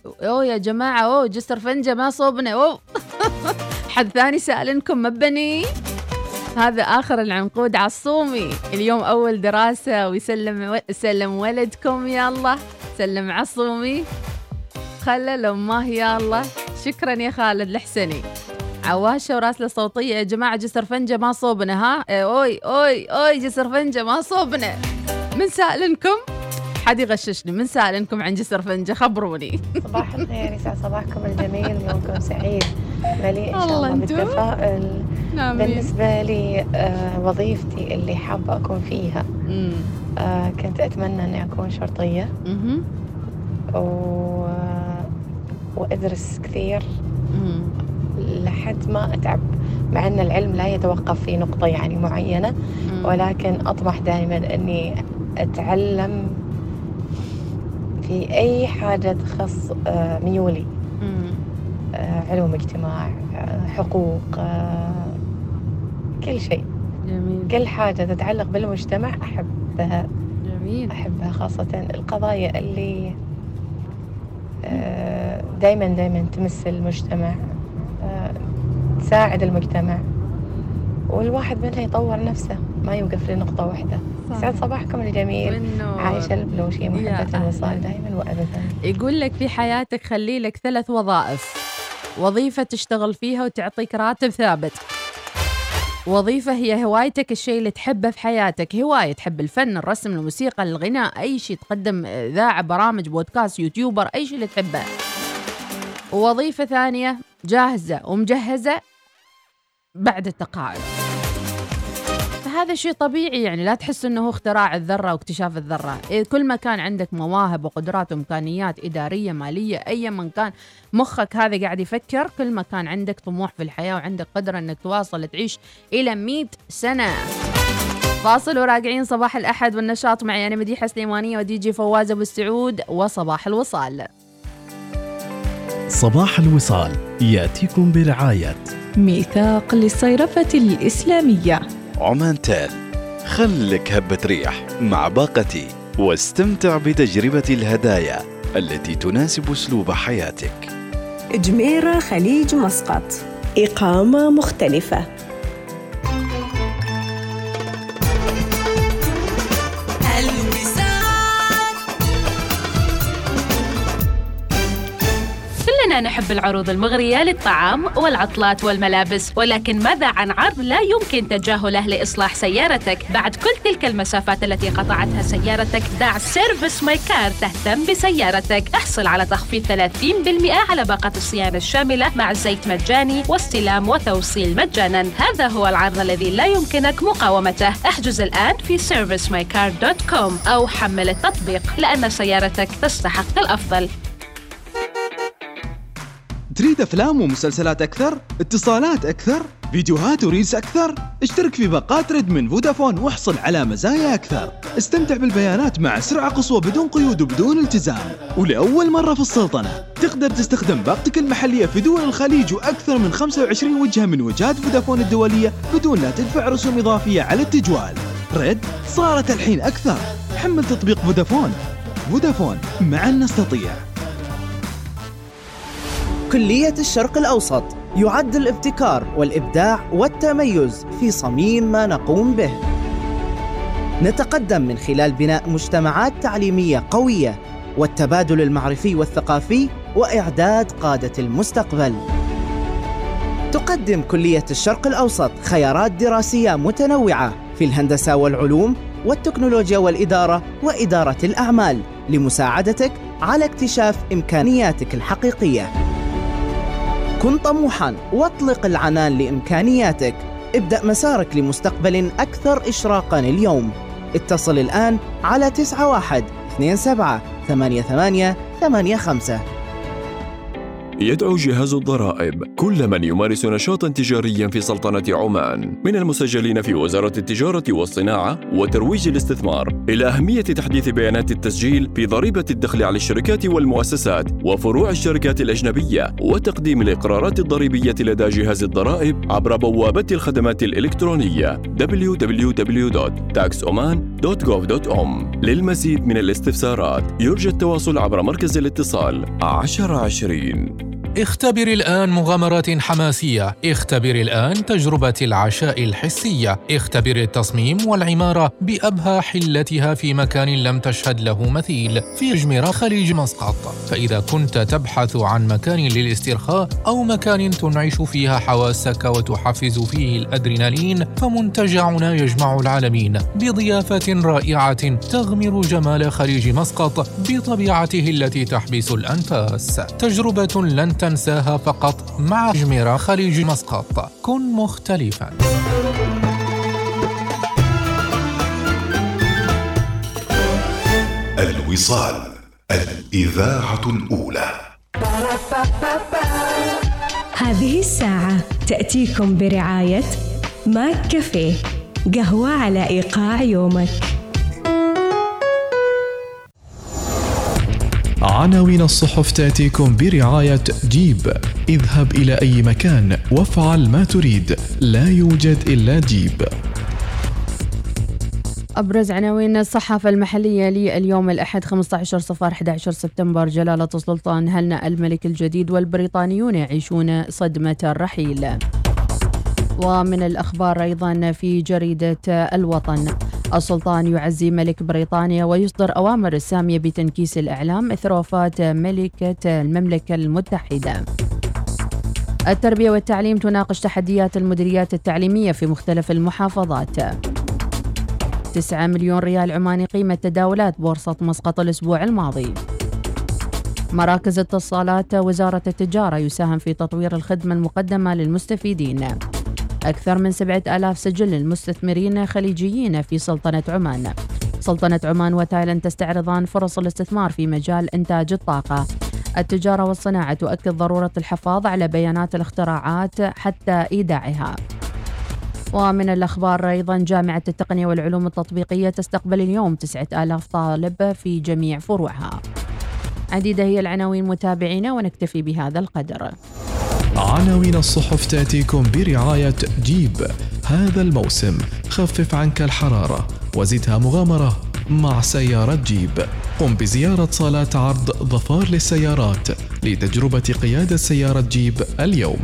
Speaker 1: أوه يا جماعة، أوه جسر فنجة ما صوبنا. أوه حد ثاني سألنكم مبني. هذا آخر العنقود عصومي، اليوم أول دراسة ويسلم و... سلم ولدكم، يلا سلم عصومي خلى لأمه يلا. شكرا يا خالد الحسني. عواشة وراسلة صوتية يا جماعة، جسر فنجة ما صوبنا. ها أوي أوي أوي جسر فنجة ما صوبنا. من سألنكم؟ حد يغششني، من سألنكم عن جسر فنجة؟ خبروني.
Speaker 14: صباح الخير، يسعد صباحكم الجميل، يومكم سعيد مليء إن شاء الله بالتفاؤل. بالنسبة لي آه وظيفتي اللي حابة أكون فيها، آه كنت أتمنى أني أكون شرطية و... وأدرس كثير لحد ما أتعب، مع أن العلم لا يتوقف في نقطة يعني معينة، ولكن أطمح دائما أني أتعلم في أي حاجة تخص آه ميولي، آه علوم اجتماع، آه حقوق، آه كل شيء.
Speaker 1: جميل.
Speaker 14: كل حاجة تتعلق بالمجتمع أحبها.
Speaker 1: جميل.
Speaker 14: أحبها، خاصة القضايا اللي دايما دايما تمس المجتمع، تساعد المجتمع، والواحد منها يطور نفسه، ما يوقف لنقطة واحدة. سعد صباحكم الجميل. عايشة البلوشي، محبة الوصال دائما وأبدا.
Speaker 1: يقول لك في حياتك خلي لك ثلاث وظائف: وظيفة تشتغل فيها وتعطيك راتب ثابت، وظيفة هي هوايتك، الشيء اللي تحبه في حياتك، هواية تحب الفن، الرسم، الموسيقى، الغناء، أي شيء، تقدم إذاعة، برامج، بودكاست، يوتيوبر، أي شيء اللي تحبه. ووظيفة ثانية جاهزة ومجهزة بعد التقاعد. فهذا شيء طبيعي، يعني لا تحس أنه هو اختراع الذرة واكتشاف الذرة. كل ما كان عندك مواهب وقدرات وإمكانيات إدارية، مالية، أي من كان مخك هذا قاعد يفكر، كل ما كان عندك طموح في الحياة وعندك قدرة أنك تواصل تعيش إلى مئة سنة. فاصل وراجعين. صباح الأحد والنشاط معي أنا مديحة سليمانية ودي جي فواز أبو السعود، وصباح الوصال.
Speaker 15: صباح الوصال يأتيكم برعاية
Speaker 16: ميثاق للصيرفة الإسلامية،
Speaker 17: عمان تال، خلك هبة ريح مع باقتي، واستمتع بتجربة الهدايا التي تناسب أسلوب حياتك.
Speaker 4: جميرة خليج مسقط، إقامة مختلفة.
Speaker 18: كلنا نحب العروض المغرية للطعام والعطلات والملابس، ولكن ماذا عن عرض لا يمكن تجاهله لإصلاح سيارتك؟ بعد كل تلك المسافات التي قطعتها سيارتك، دع سيرفيس ماي كار تهتم بسيارتك. احصل على تخفيض ثلاثين بالمئة على باقة الصيانة الشاملة مع زيت مجاني واستلام وتوصيل مجانا. هذا هو العرض الذي لا يمكنك مقاومته. احجز الآن في سيرفيس ماي كار دوت كوم أو حمل التطبيق، لأن سيارتك تستحق الأفضل.
Speaker 19: تريد أفلام ومسلسلات أكثر؟ اتصالات أكثر؟ فيديوهات وريلز أكثر؟ اشترك في باقات ريد من فودافون واحصل على مزايا أكثر. استمتع بالبيانات مع سرعة قصوى بدون قيود وبدون التزام. ولأول مرة في السلطنة تقدر تستخدم باقتك المحلية في دول الخليج وأكثر من خمسة وعشرين وجهة من وجهات فودافون الدولية بدون لا تدفع رسوم إضافية على التجوال. ريد صارت الحين أكثر. حمل تطبيق فودافون. فودافون، معا نستطيع.
Speaker 20: كلية الشرق الأوسط يعد الابتكار والإبداع والتميز في صميم ما نقوم به. نتقدم من خلال بناء مجتمعات تعليمية قوية والتبادل المعرفي والثقافي وإعداد قادة المستقبل. تقدم كلية الشرق الأوسط خيارات دراسية متنوعة في الهندسة والعلوم والتكنولوجيا والإدارة وإدارة الأعمال لمساعدتك على اكتشاف إمكانياتك الحقيقية. كن طموحاً واطلق العنان لإمكانياتك. ابدأ مسارك لمستقبل أكثر إشراقاً اليوم. اتصل الآن على تسعة واحد اثنين سبعة ثمانية ثمانية ثمانية خمسة.
Speaker 21: يدعو جهاز الضرائب كل من يمارس نشاطاً تجارياً في سلطنة عمان من المسجلين في وزارة التجارة والصناعة وترويج الاستثمار إلى أهمية تحديث بيانات التسجيل في ضريبة الدخل على الشركات والمؤسسات وفروع الشركات الأجنبية وتقديم الإقرارات الضريبية لدى جهاز الضرائب عبر بوابة الخدمات الإلكترونية دبليو دبليو دبليو دوت تاكس اومان دوت جوف دوت أم. للمزيد من الاستفسارات يرجى التواصل عبر مركز الاتصال عشرة عشرين.
Speaker 6: اختبر الآن مغامرات حماسية، اختبر الآن تجربة العشاء الحسية، اختبر التصميم والعمارة بأبهى حلتها في مكان لم تشهد له مثيل في جميرة خليج مسقط. فإذا كنت تبحث عن مكان للاسترخاء أو مكان تنعش فيها حواسك وتحفز فيه الأدرينالين، فمنتجعنا يجمع العالمين بضيافة رائعة تغمر جمال خليج مسقط بطبيعته التي تحبس الأنفاس. تجربة لن تنساها فقط مع جميرة خليج مسقط. كن مختلفاً.
Speaker 10: الوصال، الإذاعة الأولى.
Speaker 4: هذه الساعة تأتيكم برعاية ماك كافيه، قهوة على إيقاع يومك.
Speaker 15: عناوين الصحف تأتيكم برعاية جيب. اذهب إلى أي مكان وافعل ما تريد، لا يوجد إلا جيب.
Speaker 1: أبرز عناوين الصحافة المحلية لليوم الأحد خمسة عشر صفر أحد عشر سبتمبر. جلالة السلطان هنأ الملك الجديد والبريطانيون يعيشون صدمة الرحيل. ومن الأخبار أيضا في جريدة الوطن، السلطان يعزي ملك بريطانيا ويصدر أوامر السامية بتنكيس الإعلام إثر وفاة ملكة المملكة المتحدة. التربية والتعليم تناقش تحديات المديريات التعليمية في مختلف المحافظات. تسعة مليون ريال عماني قيمة تداولات بورصة مسقط الأسبوع الماضي. مراكز اتصالات وزارة التجارة يساهم في تطوير الخدمة المقدمة للمستفيدين. أكثر من سبعة آلاف سجل للمستثمرين خليجيين في سلطنة عمان. سلطنة عمان وتايلاند تستعرضان فرص الاستثمار في مجال إنتاج الطاقة. التجارة والصناعة تؤكد ضرورة الحفاظ على بيانات الاختراعات حتى إيداعها. ومن الأخبار أيضا، جامعة التقنية والعلوم التطبيقية تستقبل اليوم تسعة آلاف طالب في جميع فروعها. عديدة هي العناوين متابعينا، ونكتفي بهذا القدر.
Speaker 15: عناوين الصحف تأتيكم برعاية جيب. هذا الموسم خفف عنك الحرارة وزدها مغامرة مع سيارة جيب. قم بزيارة صالات عرض ظفار للسيارات لتجربة قيادة سيارة جيب اليوم.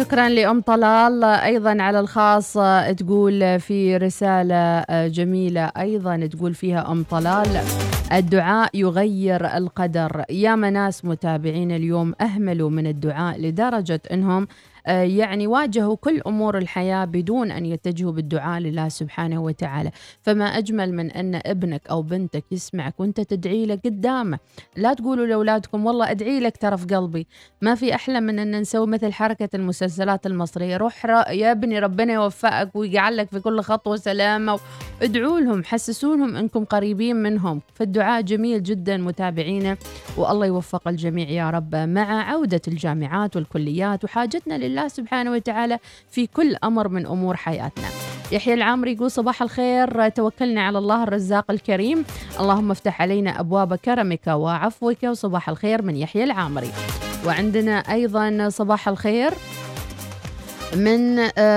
Speaker 1: شكرا لأم طلال أيضا على الخاص. تقول في رسالة جميلة أيضا تقول فيها أم طلال: الدعاء يغير القدر. يا ناس متابعين اليوم أهملوا من الدعاء لدرجة أنهم يعني واجهوا كل أمور الحياة بدون أن يتجهوا بالدعاء لله سبحانه وتعالى. فما أجمل من أن ابنك أو بنتك يسمعك وأنت تدعي له قدامه. لا تقولوا لأولادكم والله أدعي لك ترى في قلبي. ما في أحلى من أن نسوي مثل حركة المسلسلات المصرية: روح يا ابني ربنا يوفقك ويجعل لك في كل خطوة سلامة. ادعوا لهم، حسسوا لهم أنكم قريبين منهم. فالدعاء جميل جدا متابعينا، والله يوفق الجميع يا رب مع عودة الجامعات والكليات وحاجتنا لله سبحانه وتعالى في كل أمر من أمور حياتنا. يحيى العامري يقول: صباح الخير، توكلنا على الله الرزاق الكريم، اللهم افتح علينا أبواب كرمك وعفوك. وصباح الخير من يحيى العامري. وعندنا أيضا صباح الخير من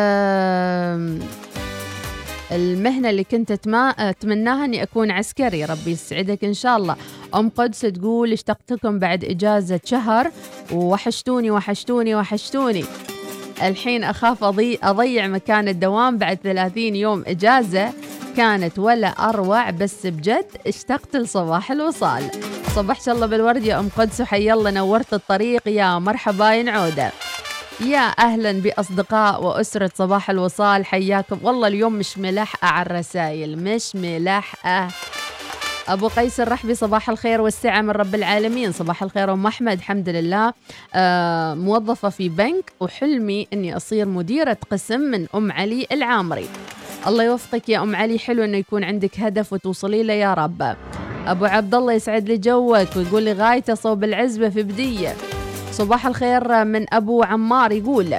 Speaker 1: المهنة اللي كنت أتمناها أني أكون عسكري، ربي يسعدك إن شاء الله. أم قدس تقول: اشتقتكم بعد إجازة شهر ووحشتوني وحشتوني وحشتوني. الحين أخاف أضيع, أضيع مكان الدوام بعد ثلاثين يوم إجازة كانت ولا أروع، بس بجد اشتقت لصباح الوصال. صبحت الله بالورد يا أم قدس، وحي الله نورت الطريق، يا مرحبا ينعودة. يا أهلا بأصدقاء وأسرة صباح الوصال، حياكم والله. اليوم مش ملاحقة على الرسائل، مش ملاحقة. أبو قيس الرحبي: صباح الخير والسعة من رب العالمين. صباح الخير أم أحمد، الحمد لله آه موظفة في بنك، وحلمي أني أصير مديرة قسم من أم علي العامري. الله يوفقك يا أم علي، حلو أنه يكون عندك هدف وتوصلي له يا رب. أبو عبد الله يسعد لي جوك ويقول لي غايته صوب العزبة في بدية. صباح الخير من أبو عمار، يقول: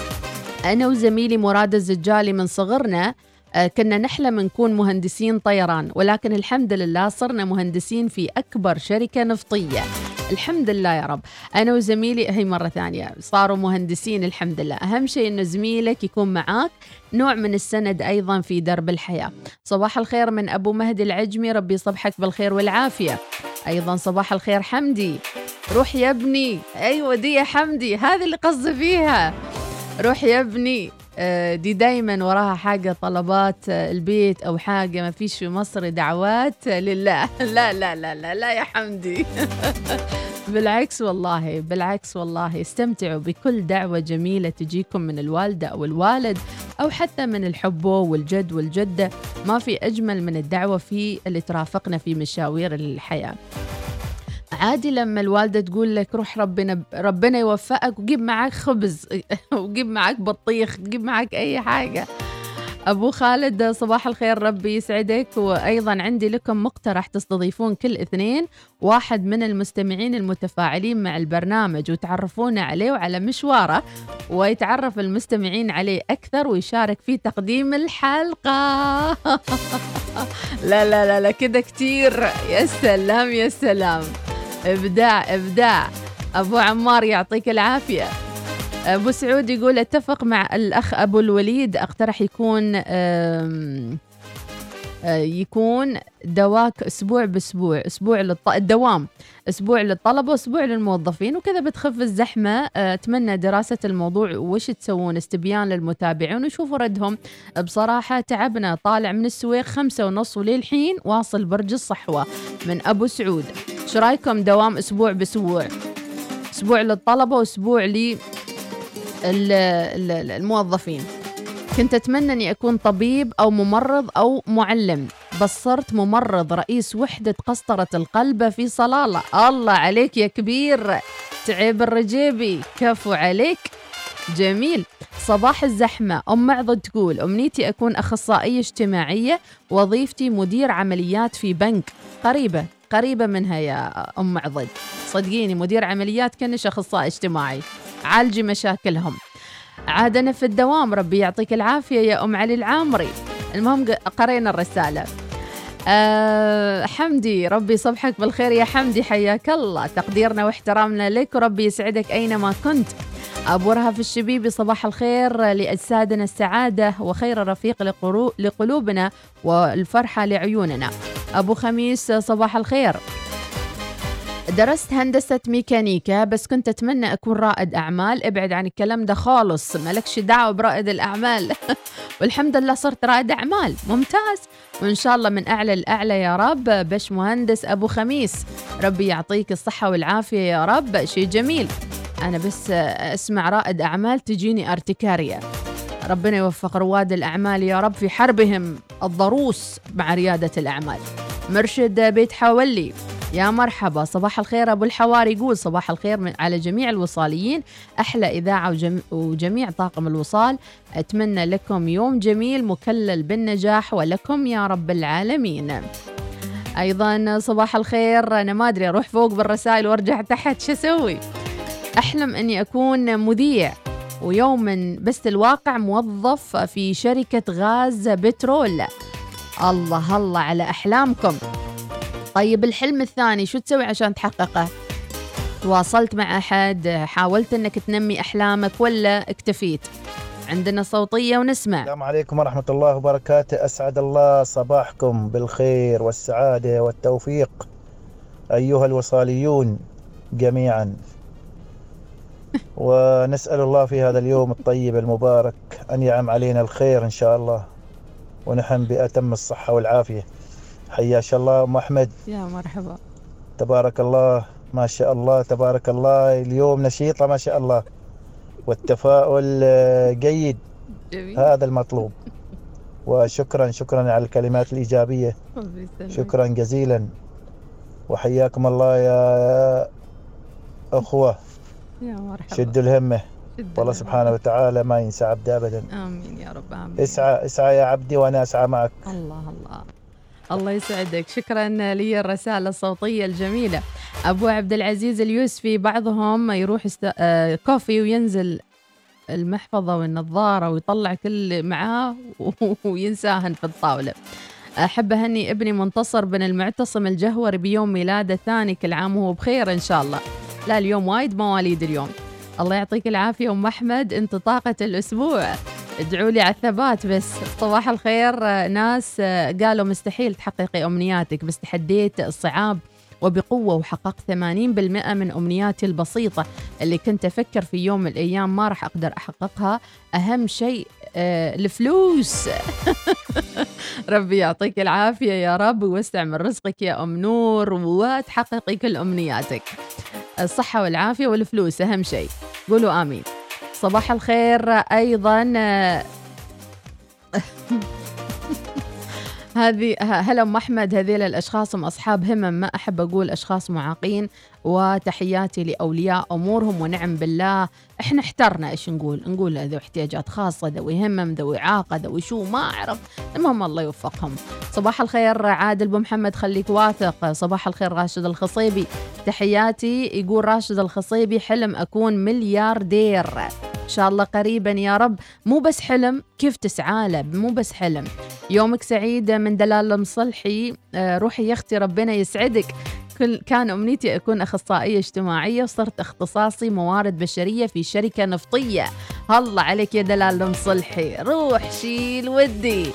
Speaker 1: أنا وزميلي مراد الزجالي من صغرنا كنا نحلم نكون مهندسين طيران، ولكن الحمد لله صرنا مهندسين في أكبر شركة نفطية. الحمد لله يا رب. أنا وزميلي هي مرة ثانية صاروا مهندسين الحمد لله. أهم شيء إنه زميلك يكون معاك نوع من السند أيضا في درب الحياة. صباح الخير من أبو مهدي العجمي، ربي يصبحك بالخير والعافية. أيضا صباح الخير حمدي، روح يا ابني. أيوة دي يا حمدي، هذه اللي قصدي فيها، روح يا ابني. دي دايما وراها حاجة، طلبات البيت أو حاجة، ما فيش في مصر دعوات لله. لا لا لا لا لا يا حمدي. بالعكس والله، بالعكس والله، استمتعوا بكل دعوة جميلة تجيكم من الوالدة أو الوالد أو حتى من الحبو والجد والجدة. ما في أجمل من الدعوة في اللي ترافقنا في مشاوير الحياة. عادي لما الوالدة تقول لك روح ربنا ربنا يوفقك وجيب معك خبز وجيب معك بطيخ، جيب معك أي حاجة. أبو خالد صباح الخير، ربي يسعدك. وأيضا عندي لكم مقترح، تستضيفون كل اثنين واحد من المستمعين المتفاعلين مع البرنامج وتعرفون عليه وعلى مشواره، ويتعرف المستمعين عليه أكثر ويشارك في تقديم الحلقة. لا لا لا لا كده كتير. يا سلام يا سلام، إبداع إبداع. أبو عمار يعطيك العافية. أبو سعود يقول: اتفق مع الأخ أبو الوليد، أقترح يكون يكون دواك أسبوع بأسبوع، أسبوع للط... الدوام أسبوع للطلبة وأسبوع للموظفين، وكذا بتخف الزحمة. أتمنى دراسة الموضوع وش تسوون، استبيان للمتابعين ويشوفوا ردهم. بصراحة تعبنا، طالع من السويق خمسة ونص وللحين واصل برج الصحوة. من أبو سعود. شو رايكم دوام أسبوع بأسبوع، أسبوع للطلبة وأسبوع لي الموظفين؟ كنت أتمنى أني أكون طبيب أو ممرض أو معلم، بس صرت ممرض رئيس وحدة قسطرة القلب في صلالة. الله عليك يا كبير، تعب الرجيبي، كفو عليك، جميل. صباح الزحمة. أم معضد تقول: أمنيتي أكون أخصائية اجتماعية، وظيفتي مدير عمليات في بنك. قريبة قريبة منها يا أم معضد، صدقيني مدير عمليات كنش أخصائي اجتماعي، عالجي مشاكلهم. عادنا في الدوام، ربي يعطيك العافية يا أم علي العامري. المهم قرينا الرسالة. أه حمدي، ربي صبحك بالخير يا حمدي، حياك الله، تقديرنا واحترامنا لك وربي يسعدك أينما كنت. أبو رهف الشبيبي: صباح الخير، لأجسادنا السعادة وخير رفيق لقلوبنا والفرحة لعيوننا. أبو خميس: صباح الخير، درست هندسة ميكانيكا بس كنت أتمنى أكون رائد أعمال. ابعد عن الكلام ده خالص، مالكش دعوة برائد الأعمال. والحمد لله صرت رائد أعمال. ممتاز، وإن شاء الله من أعلى الأعلى يا رب. باش مهندس أبو خميس، ربي يعطيك الصحة والعافية يا رب. شيء جميل. أنا بس أسمع رائد أعمال تجيني ارتكارية. ربنا يوفق رواد الأعمال يا رب في حربهم الضروس مع ريادة الأعمال. مرشد بيت حولي، يا مرحبا، صباح الخير أبو الحواري. يقول صباح الخير من على جميع الوصاليين، أحلى إذاعة وجم... وجميع طاقم الوصال. أتمنى لكم يوم جميل مكلل بالنجاح ولكم يا رب العالمين. أيضا صباح الخير، أنا ما أدري أروح فوق بالرسائل وارجع تحت شو أسوي. أحلم أني أكون مذيع ويوما بس الواقع موظف في شركة غاز بترول. الله الله على أحلامكم. طيب الحلم الثاني شو تسوي عشان تحققه؟ تواصلت مع أحد؟ حاولت أنك تنمي أحلامك ولا اكتفيت؟ عندنا صوتية ونسمع.
Speaker 2: السلام عليكم ورحمة الله وبركاته. أسعد الله صباحكم بالخير والسعادة والتوفيق أيها الوصاليون جميعا. ونسأل الله في هذا اليوم الطيب المبارك أن يعم علينا الخير إن شاء الله، ونحن بأتم الصحة والعافية. حياك الله أم أحمد.
Speaker 1: يا مرحبا.
Speaker 2: تبارك الله، ما شاء الله تبارك الله. اليوم نشيطة ما شاء الله، والتفاؤل جيد.
Speaker 1: جميل.
Speaker 2: هذا المطلوب. وشكرا شكرا على الكلمات الإيجابية. شكرا جزيلا، وحياكم الله يا أخوة.
Speaker 1: يا مرحبا.
Speaker 2: شدوا الهمة، والله سبحانه وتعالى ما ينسى عبده أبدا.
Speaker 1: آمين يا رب. آمين.
Speaker 2: اسعى اسعى يا عبدي وأنا أسعى معك.
Speaker 1: الله الله الله يسعدك. شكرا لي الرسالة الصوتية الجميلة. أبو عبد العزيز اليوسفي، بعضهم يروح است... آه كوفي وينزل المحفظة والنظارة ويطلع كل معاه وينساهن في الطاولة. أحب أهني ابني منتصر بن المعتصم الجهوري بيوم ميلاده الثاني، كل عام وهو بخير إن شاء الله. لا اليوم وايد مواليد اليوم. الله يعطيك العافية أم أحمد، أنت طاقة الأسبوع. ادعوا لي على الثبات بس. صباح الخير. ناس قالوا مستحيل تحققي أمنياتك بس تحديت الصعاب وبقوة وحققت ثمانين بالمئة من أمنياتي البسيطة اللي كنت أفكر في يوم من الأيام ما راح أقدر أحققها. أهم شيء آه الفلوس. ربي يعطيك العافية يا رب ويوسع من رزقك يا أم نور وتحققي كل أمنياتك. الصحة والعافية والفلوس أهم شيء. قولوا آمين. صباح الخير. أيضا هذه هلا أم أحمد، هذيل الأشخاص هم أصحاب همم، ما أحب أقول أشخاص معاقين. وتحياتي لأولياء أمورهم ونعم بالله. إحنا احترنا إيش نقول نقول ذوي احتياجات خاصة، ذوي همم، ذوي إعاقة، ذوي شو ما أعرف. المهم الله يوفقهم. صباح الخير عادل بو محمد، خليك واثق. صباح الخير راشد الخصيبي، تحياتي. يقول راشد الخصيبي حلم أكون ملياردير إن شاء الله قريبا يا رب. مو بس حلم، كيف تسعى، مو بس حلم. يومك سعيد من دلال المصلحي. روحي يا أختي ربنا يسعدك. كل كان أمنيتي أكون أخصائية اجتماعية وصرت اختصاصي موارد بشرية في شركة نفطية. الله عليك يا دلال المصلحي، روح شيل ودي.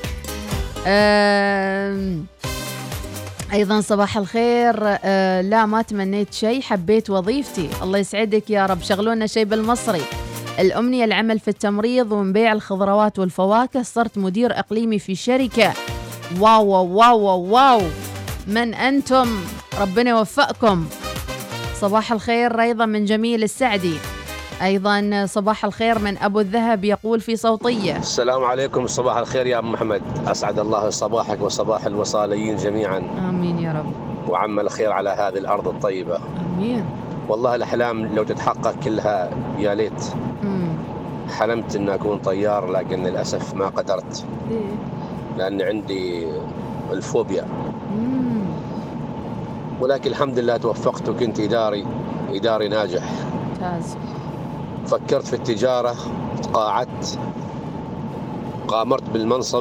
Speaker 1: أيضا صباح الخير. أه لا ما تمنيت شيء، حبيت وظيفتي. الله يسعدك يا رب. شغلونا شيء بالمصري. الأمنية العمل في التمريض ومبيع الخضروات والفواكه. صرت مدير إقليمي في شركة. واو واو واو واو. من أنتم؟ ربنا يوفقكم. صباح الخير أيضا من جميل السعدي. أيضا صباح الخير من أبو الذهب، يقول في صوتية.
Speaker 22: السلام عليكم. صباح الخير يا أم محمد، أسعد الله صباحك وصباح الوصاليين جميعا.
Speaker 1: آمين يا رب.
Speaker 22: وعم الخير على هذه الأرض الطيبة.
Speaker 1: آمين.
Speaker 22: والله الأحلام لو تتحقق كلها يا ليت.
Speaker 1: مم.
Speaker 22: حلمت أن أكون طيار لكن للأسف ما قدرت.
Speaker 1: ليه؟
Speaker 22: لأن عندي الفوبيا.
Speaker 1: مم.
Speaker 22: ولكن الحمد لله توفقت وكنت إداري إداري ناجح.
Speaker 1: ممتاز.
Speaker 22: فكرت في التجارة، تقاعدت، قامرت بالمنصب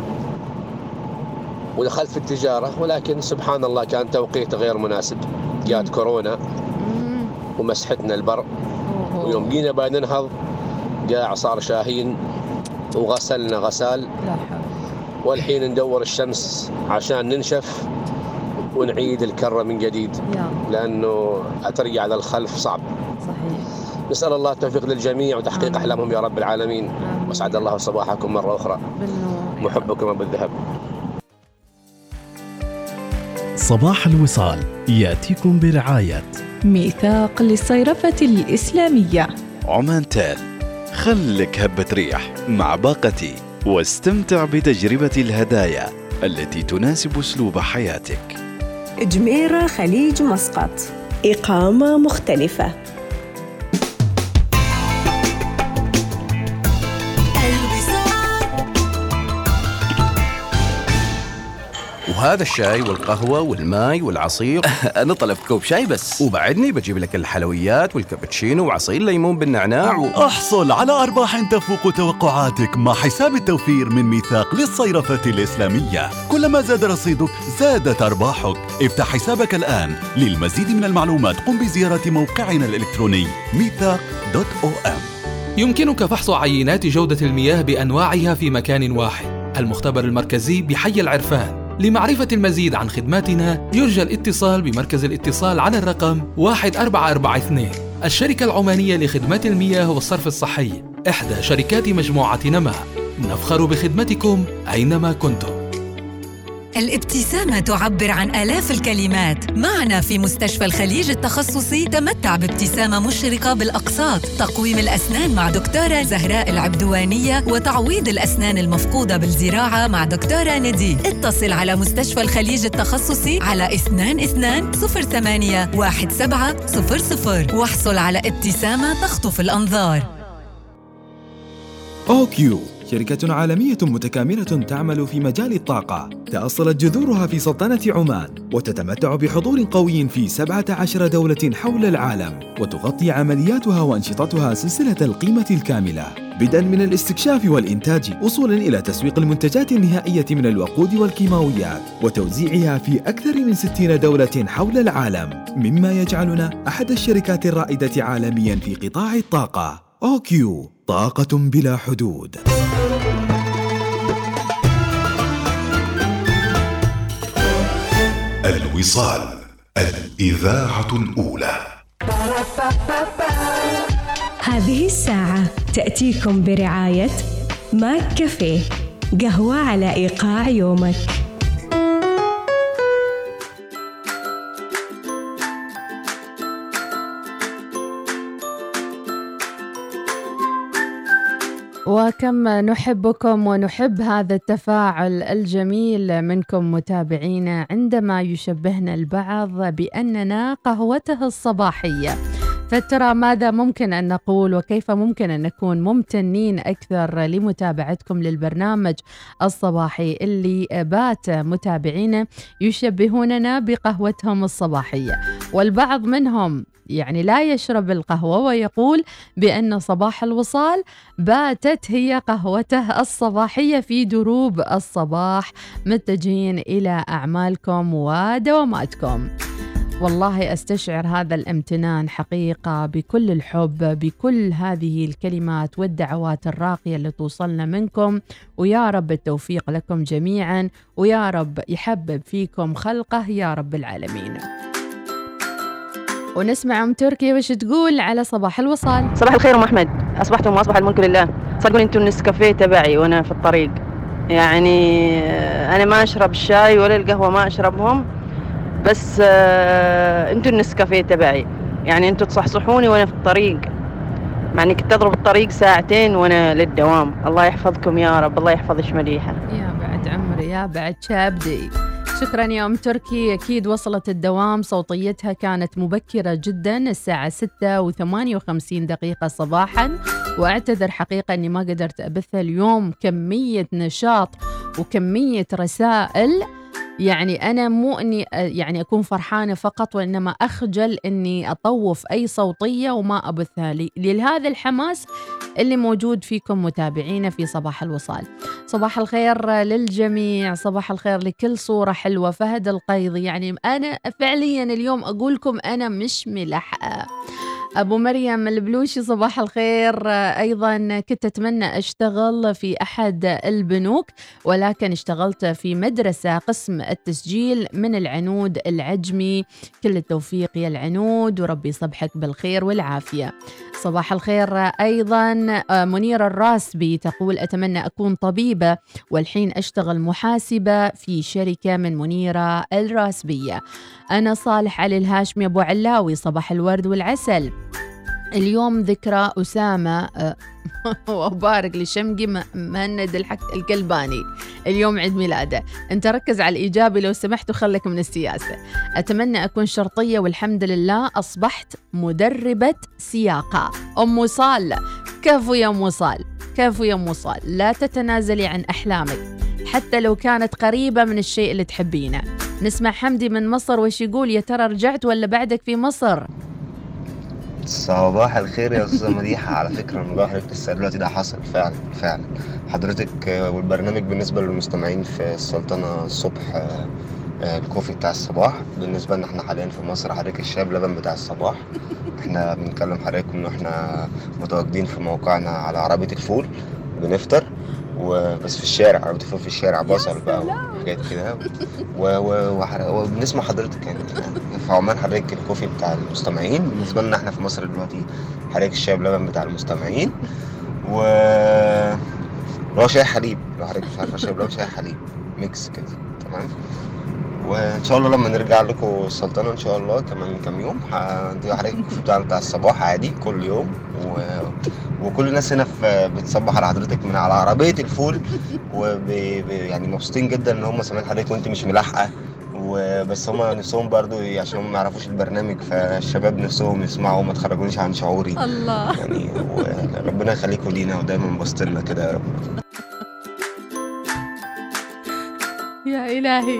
Speaker 22: ودخلت في التجارة، ولكن سبحان الله كان توقيت غير مناسب. جاءت كورونا ومسحتنا البر، ويوم جينا بقى ننهض جاء إعصار شاهين وغسلنا غسال، والحين ندور الشمس عشان ننشف ونعيد الكرة من جديد، لأنه أترجع على الخلف صعب.
Speaker 1: صحيح.
Speaker 22: نسأل الله التوفيق للجميع وتحقيق أحلامهم يا رب العالمين. وأسعد الله صباحكم مرة أخرى. محبكم أبو الذهب.
Speaker 3: صباح الوصال يأتيكم برعاية
Speaker 16: ميثاق للصيرفة الإسلامية،
Speaker 17: عمان تال، خلك هبة ريح مع باقتي واستمتع بتجربة الهدايا التي تناسب أسلوب حياتك.
Speaker 4: جميرة خليج مسقط، إقامة مختلفة.
Speaker 5: وهذا الشاي والقهوة والماي والعصير. أنا طلبت كوب شاي بس، وبعدني بجيب لك الحلويات والكابتشينو وعصير ليمون بالنعناع و...
Speaker 23: احصل على أرباح تفوق توقعاتك مع حساب التوفير من ميثاق للصيرفة الإسلامية. كلما زاد رصيدك زادت أرباحك. افتح حسابك الآن. للمزيد من المعلومات قم بزيارة موقعنا الإلكتروني ميثاق دوت أو أم.
Speaker 24: يمكنك فحص عينات جودة المياه بأنواعها في مكان واحد، المختبر المركزي بحي العرفان. لمعرفة المزيد عن خدماتنا يرجى الاتصال بمركز الاتصال على الرقم واحد أربعة أربعة اثنين. الشركة العمانية لخدمات المياه والصرف الصحي، إحدى شركات مجموعة نماء. نفخر بخدمتكم أينما كنتم.
Speaker 7: الابتسامة تعبر عن آلاف الكلمات. معنا في مستشفى الخليج التخصصي تمتع بابتسامة مشرقة بالأقساط، تقويم الأسنان مع دكتورة زهراء العبدوانية، وتعويض الأسنان المفقودة بالزراعة مع دكتورة ندي. اتصل على مستشفى الخليج التخصصي على اثنين اثنين صفر ثمانية واحد سبعة صفر صفر واحصل على ابتسامة تخطف الأنظار.
Speaker 25: أوكيو شركة عالمية متكاملة تعمل في مجال الطاقة، تأصلت جذورها في سلطنة عمان وتتمتع بحضور قوي في سبعة عشر دولة حول العالم، وتغطي عملياتها وأنشطتها سلسلة القيمة الكاملة، بدءا من الاستكشاف والإنتاج وصولا إلى تسويق المنتجات النهائية من الوقود والكيماويات وتوزيعها في أكثر من ستين دولة حول العالم، مما يجعلنا أحد الشركات الرائدة عالميا في قطاع الطاقة. أوكيو، طاقة بلا حدود.
Speaker 10: الوصال، الإذاعة الأولى.
Speaker 4: هذه الساعة تأتيكم برعاية ماك كافيه، قهوة على إيقاع يومك.
Speaker 1: وكم نحبكم ونحب هذا التفاعل الجميل منكم متابعينا عندما يشبهنا البعض بأننا قهوته الصباحية. فترى ماذا ممكن أن نقول وكيف ممكن أن نكون ممتنين أكثر لمتابعتكم للبرنامج الصباحي اللي بات متابعينا يشبهوننا بقهوتهم الصباحية، والبعض منهم يعني لا يشرب القهوة ويقول بأن صباح الوصال باتت هي قهوته الصباحية في دروب الصباح، متجهين إلى أعمالكم ودواماتكم. والله أستشعر هذا الامتنان حقيقة بكل الحب، بكل هذه الكلمات والدعوات الراقية اللي توصلنا منكم، ويا رب التوفيق لكم جميعا، ويا رب يحبب فيكم خلقه يا رب العالمين. ونسمع أم تركي وش تقول على صباح الوصال.
Speaker 26: صباح الخير أم أحمد، أصبحتم وأصبح الملك لله. صدقوني أنتم النسكافيه تبعي وأنا في الطريق، يعني أنا ما أشرب الشاي ولا القهوة ما أشربهم، بس أنتم النسكافيه تبعي، يعني أنتم تصحصحوني وأنا في الطريق، مع أني كنت أضرب الطريق ساعتين وأنا للدوام. الله يحفظكم يا رب، الله يحفظ شمليحة.
Speaker 1: يا بعد عمري، يا بعد شابدي. شكرا يا أم تركي. أكيد وصلت الدوام، صوتيتها كانت مبكرة جدا، الساعة ستة وثمانية وخمسين دقيقة صباحا، وأعتذر حقيقة أني ما قدرت أبثها اليوم. كمية نشاط وكمية رسائل، يعني أنا مو أني يعني أكون فرحانة فقط، وإنما أخجل أني أطوف أي صوتية وما أبثها لي لهذا الحماس اللي موجود فيكم متابعينا في صباح الوصال. صباح الخير للجميع، صباح الخير لكل صورة حلوة. فهد القيضي، يعني أنا فعليا اليوم أقولكم أنا مش ملحقة، أبو مريم البلوشي صباح الخير. أيضا كنت أتمنى أشتغل في أحد البنوك ولكن اشتغلت في مدرسة قسم التسجيل من العنود العجمي. كل التوفيق يا العنود وربي يصبحك بالخير والعافية. صباح الخير. أيضا منيرة الراسبي تقول أتمنى أكون طبيبة والحين أشتغل محاسبة في شركة من منيرة الراسبية. أنا صالح علي الهاشمي أبو علاوي صباح الورد والعسل. اليوم ذكرى أسامة وأبارك لشمقي مهند الحك الكلباني اليوم عيد ميلاده. أنت ركز على الإيجابي لو سمحت وخلك من السياسة. أتمنى أكون شرطية والحمد لله أصبحت مدربة سياقة. أم صال كفو يا أم صال كفو يا أم صال، لا تتنازلي عن أحلامك حتى لو كانت قريبة من الشيء اللي تحبينه. نسمع حمدي من مصر وش يقول، يا ترى رجعت ولا بعدك في مصر؟
Speaker 8: صباح الخير يا أستاذة مديحة. على فكرة الموضوع حضرتك لسه دلوقتي ده حصل فعلا فعلا. حضرتك والبرنامج بالنسبة للمستمعين في السلطنة الصبح الكوفي بتاع الصباح، بالنسبة لنا احنا حاليا في مصر حضرتك الشاي بلبن بتاع الصباح. احنا بنكلم حضرتك انه احنا متواجدين في موقعنا على عربية الفول بنفطر وبس في الشارع، عربية الفول في الشارع بصل بقى وحاجات كده وبنسمع حضرتك يعني في عمان حضرتك الكوفي بتاع المستمعين. بالنسبة لنا احنا في مصر دلوقتي حضرتك الشاي بلبن بتاع المستمعين و هو شاي حليب. لو حضرتك مش عارفة شاي بلبن شاي حليب ميكس كده تمام. وان شاء الله لما نرجع لكم السلطنة ان شاء الله كمان كام يوم هندي حضرتك الكوفي بتاعنا بتاع الصباح عادي كل يوم و... وكل الناس هنا في بتصبح على حضرتك من على عربية الفول وب... يعني مبسوطين جدا ان هم سامعين حضرتك وانت مش ملاحقة وبس. هم نفسهم برضو عشان هم ما يعرفوش البرنامج فالشباب نفسهم يسمعوا وما تخرجونيش عن شعوري
Speaker 1: الله
Speaker 8: يعني. وربنا يخليكم لينا ودايما مبسطلنا كده يا رب.
Speaker 1: يا إلهي.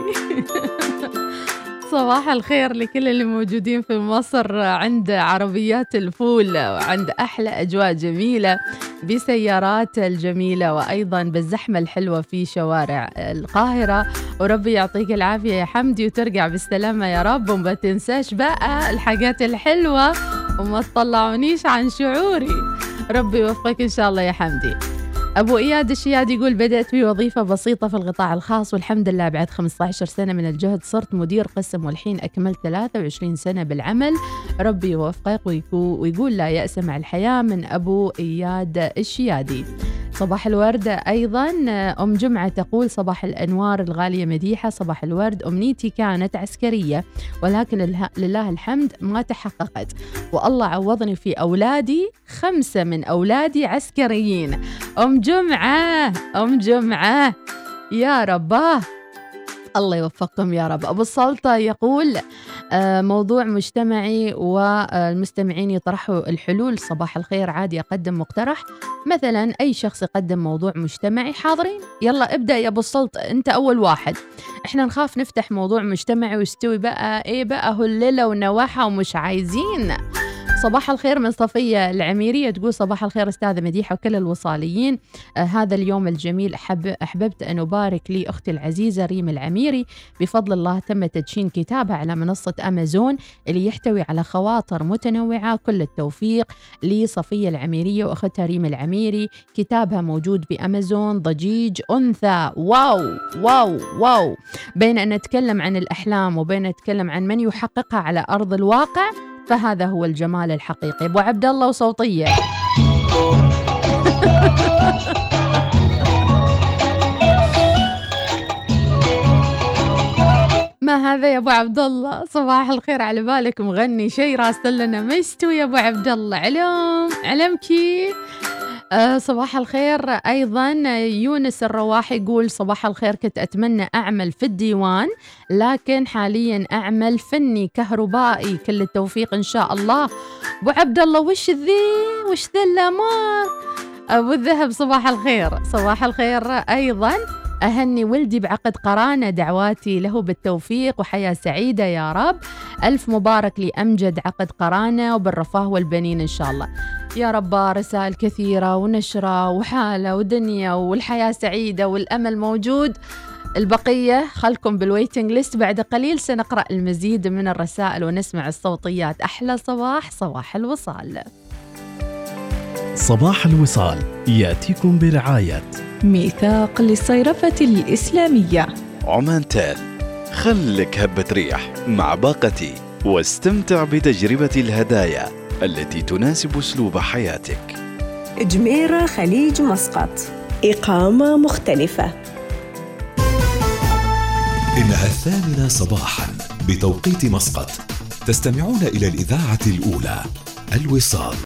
Speaker 1: صباح الخير لكل اللي موجودين في مصر عند عربيات الفول وعند أحلى أجواء جميلة بسيارات الجميلة وأيضا بالزحمة الحلوة في شوارع القاهرة. وربي يعطيك العافية يا حمدي وترجع بالسلامة يا رب وما تنساش بقى الحاجات الحلوة وما تطلعونيش عن شعوري. ربي يوفقك إن شاء الله يا حمدي. أبو إياد الشياد يقول بدأت بوظيفة بسيطة في القطاع الخاص والحمد لله بعد خمسة عشر سنة من الجهد صرت مدير قسم والحين أكملت ثلاثة وعشرين سنة بالعمل. ربي يوفقك ويقول لا يأس مع الحياة من أبو إياد الشيادي. صباح الورد. أيضا أم جمعة تقول صباح الأنوار الغالية مديحة صباح الورد. أمنيتي كانت عسكرية ولكن لله الحمد ما تحققت والله عوضني في أولادي خمسة من أولادي عسكريين. أم جمعة أم جمعة يا رباه الله يوفقكم يا رب. أبو السلطة يقول موضوع مجتمعي والمستمعين يطرحوا الحلول. صباح الخير. عادي أقدم مقترح مثلا أي شخص يقدم موضوع مجتمعي حاضرين. يلا ابدأ يا أبو السلطة أنت أول واحد. إحنا نخاف نفتح موضوع مجتمعي ويستوي بقى إيه بقى هللة ونواحة ومش عايزين. صباح الخير من صفية العميرية تقول صباح الخير أستاذة مديحة وكل الوصاليين. آه هذا اليوم الجميل أحب أحببت أن أبارك لي أختي العزيزة ريم العميري. بفضل الله تم تدشين كتابها على منصة أمازون اللي يحتوي على خواطر متنوعة. كل التوفيق لصفية العميرية وأختها ريم العميري. كتابها موجود بأمازون ضجيج أنثى. واو واو واو. بين أن نتكلم عن الأحلام وبين نتكلم عن من يحققها على أرض الواقع فهذا هو الجمال الحقيقي. أبو عبد الله وصوتية. ما هذا يا أبو عبد الله؟ صباح الخير. على بالك مغني شيء راسل لنا مستو يا أبو عبد الله. علم علمكي. أه صباح الخير. أيضا يونس الرواحي يقول صباح الخير كنت أتمنى أعمل في الديوان لكن حاليا أعمل فني كهربائي. كل التوفيق إن شاء الله. أبو عبد الله وش ذي وش ذا الأمر. أبو الذهب صباح الخير. صباح الخير. أيضا أهني ولدي بعقد قرانة دعواتي له بالتوفيق وحياة سعيدة يا رب. ألف مبارك لأمجد عقد قرانة وبالرفاه والبنين إن شاء الله يا رب. رسائل كثيرة ونشرة وحالة ودنيا والحياة سعيدة والأمل موجود. البقية خلكم بالويتنج ليست، بعد قليل سنقرأ المزيد من الرسائل ونسمع الصوتيات. أحلى صباح، صباح الوصال.
Speaker 3: صباح الوصال يأتيكم برعاية
Speaker 16: ميثاق للصيرفة الإسلامية،
Speaker 17: عمان تال، خلك هبة ريح مع باقتي واستمتع بتجربة الهدايا التي تناسب أسلوب حياتك.
Speaker 4: جميرة خليج مسقط، إقامة مختلفة.
Speaker 10: إنها الثامنة صباحا بتوقيت مسقط. تستمعون إلى الإذاعة الأولى الوصال.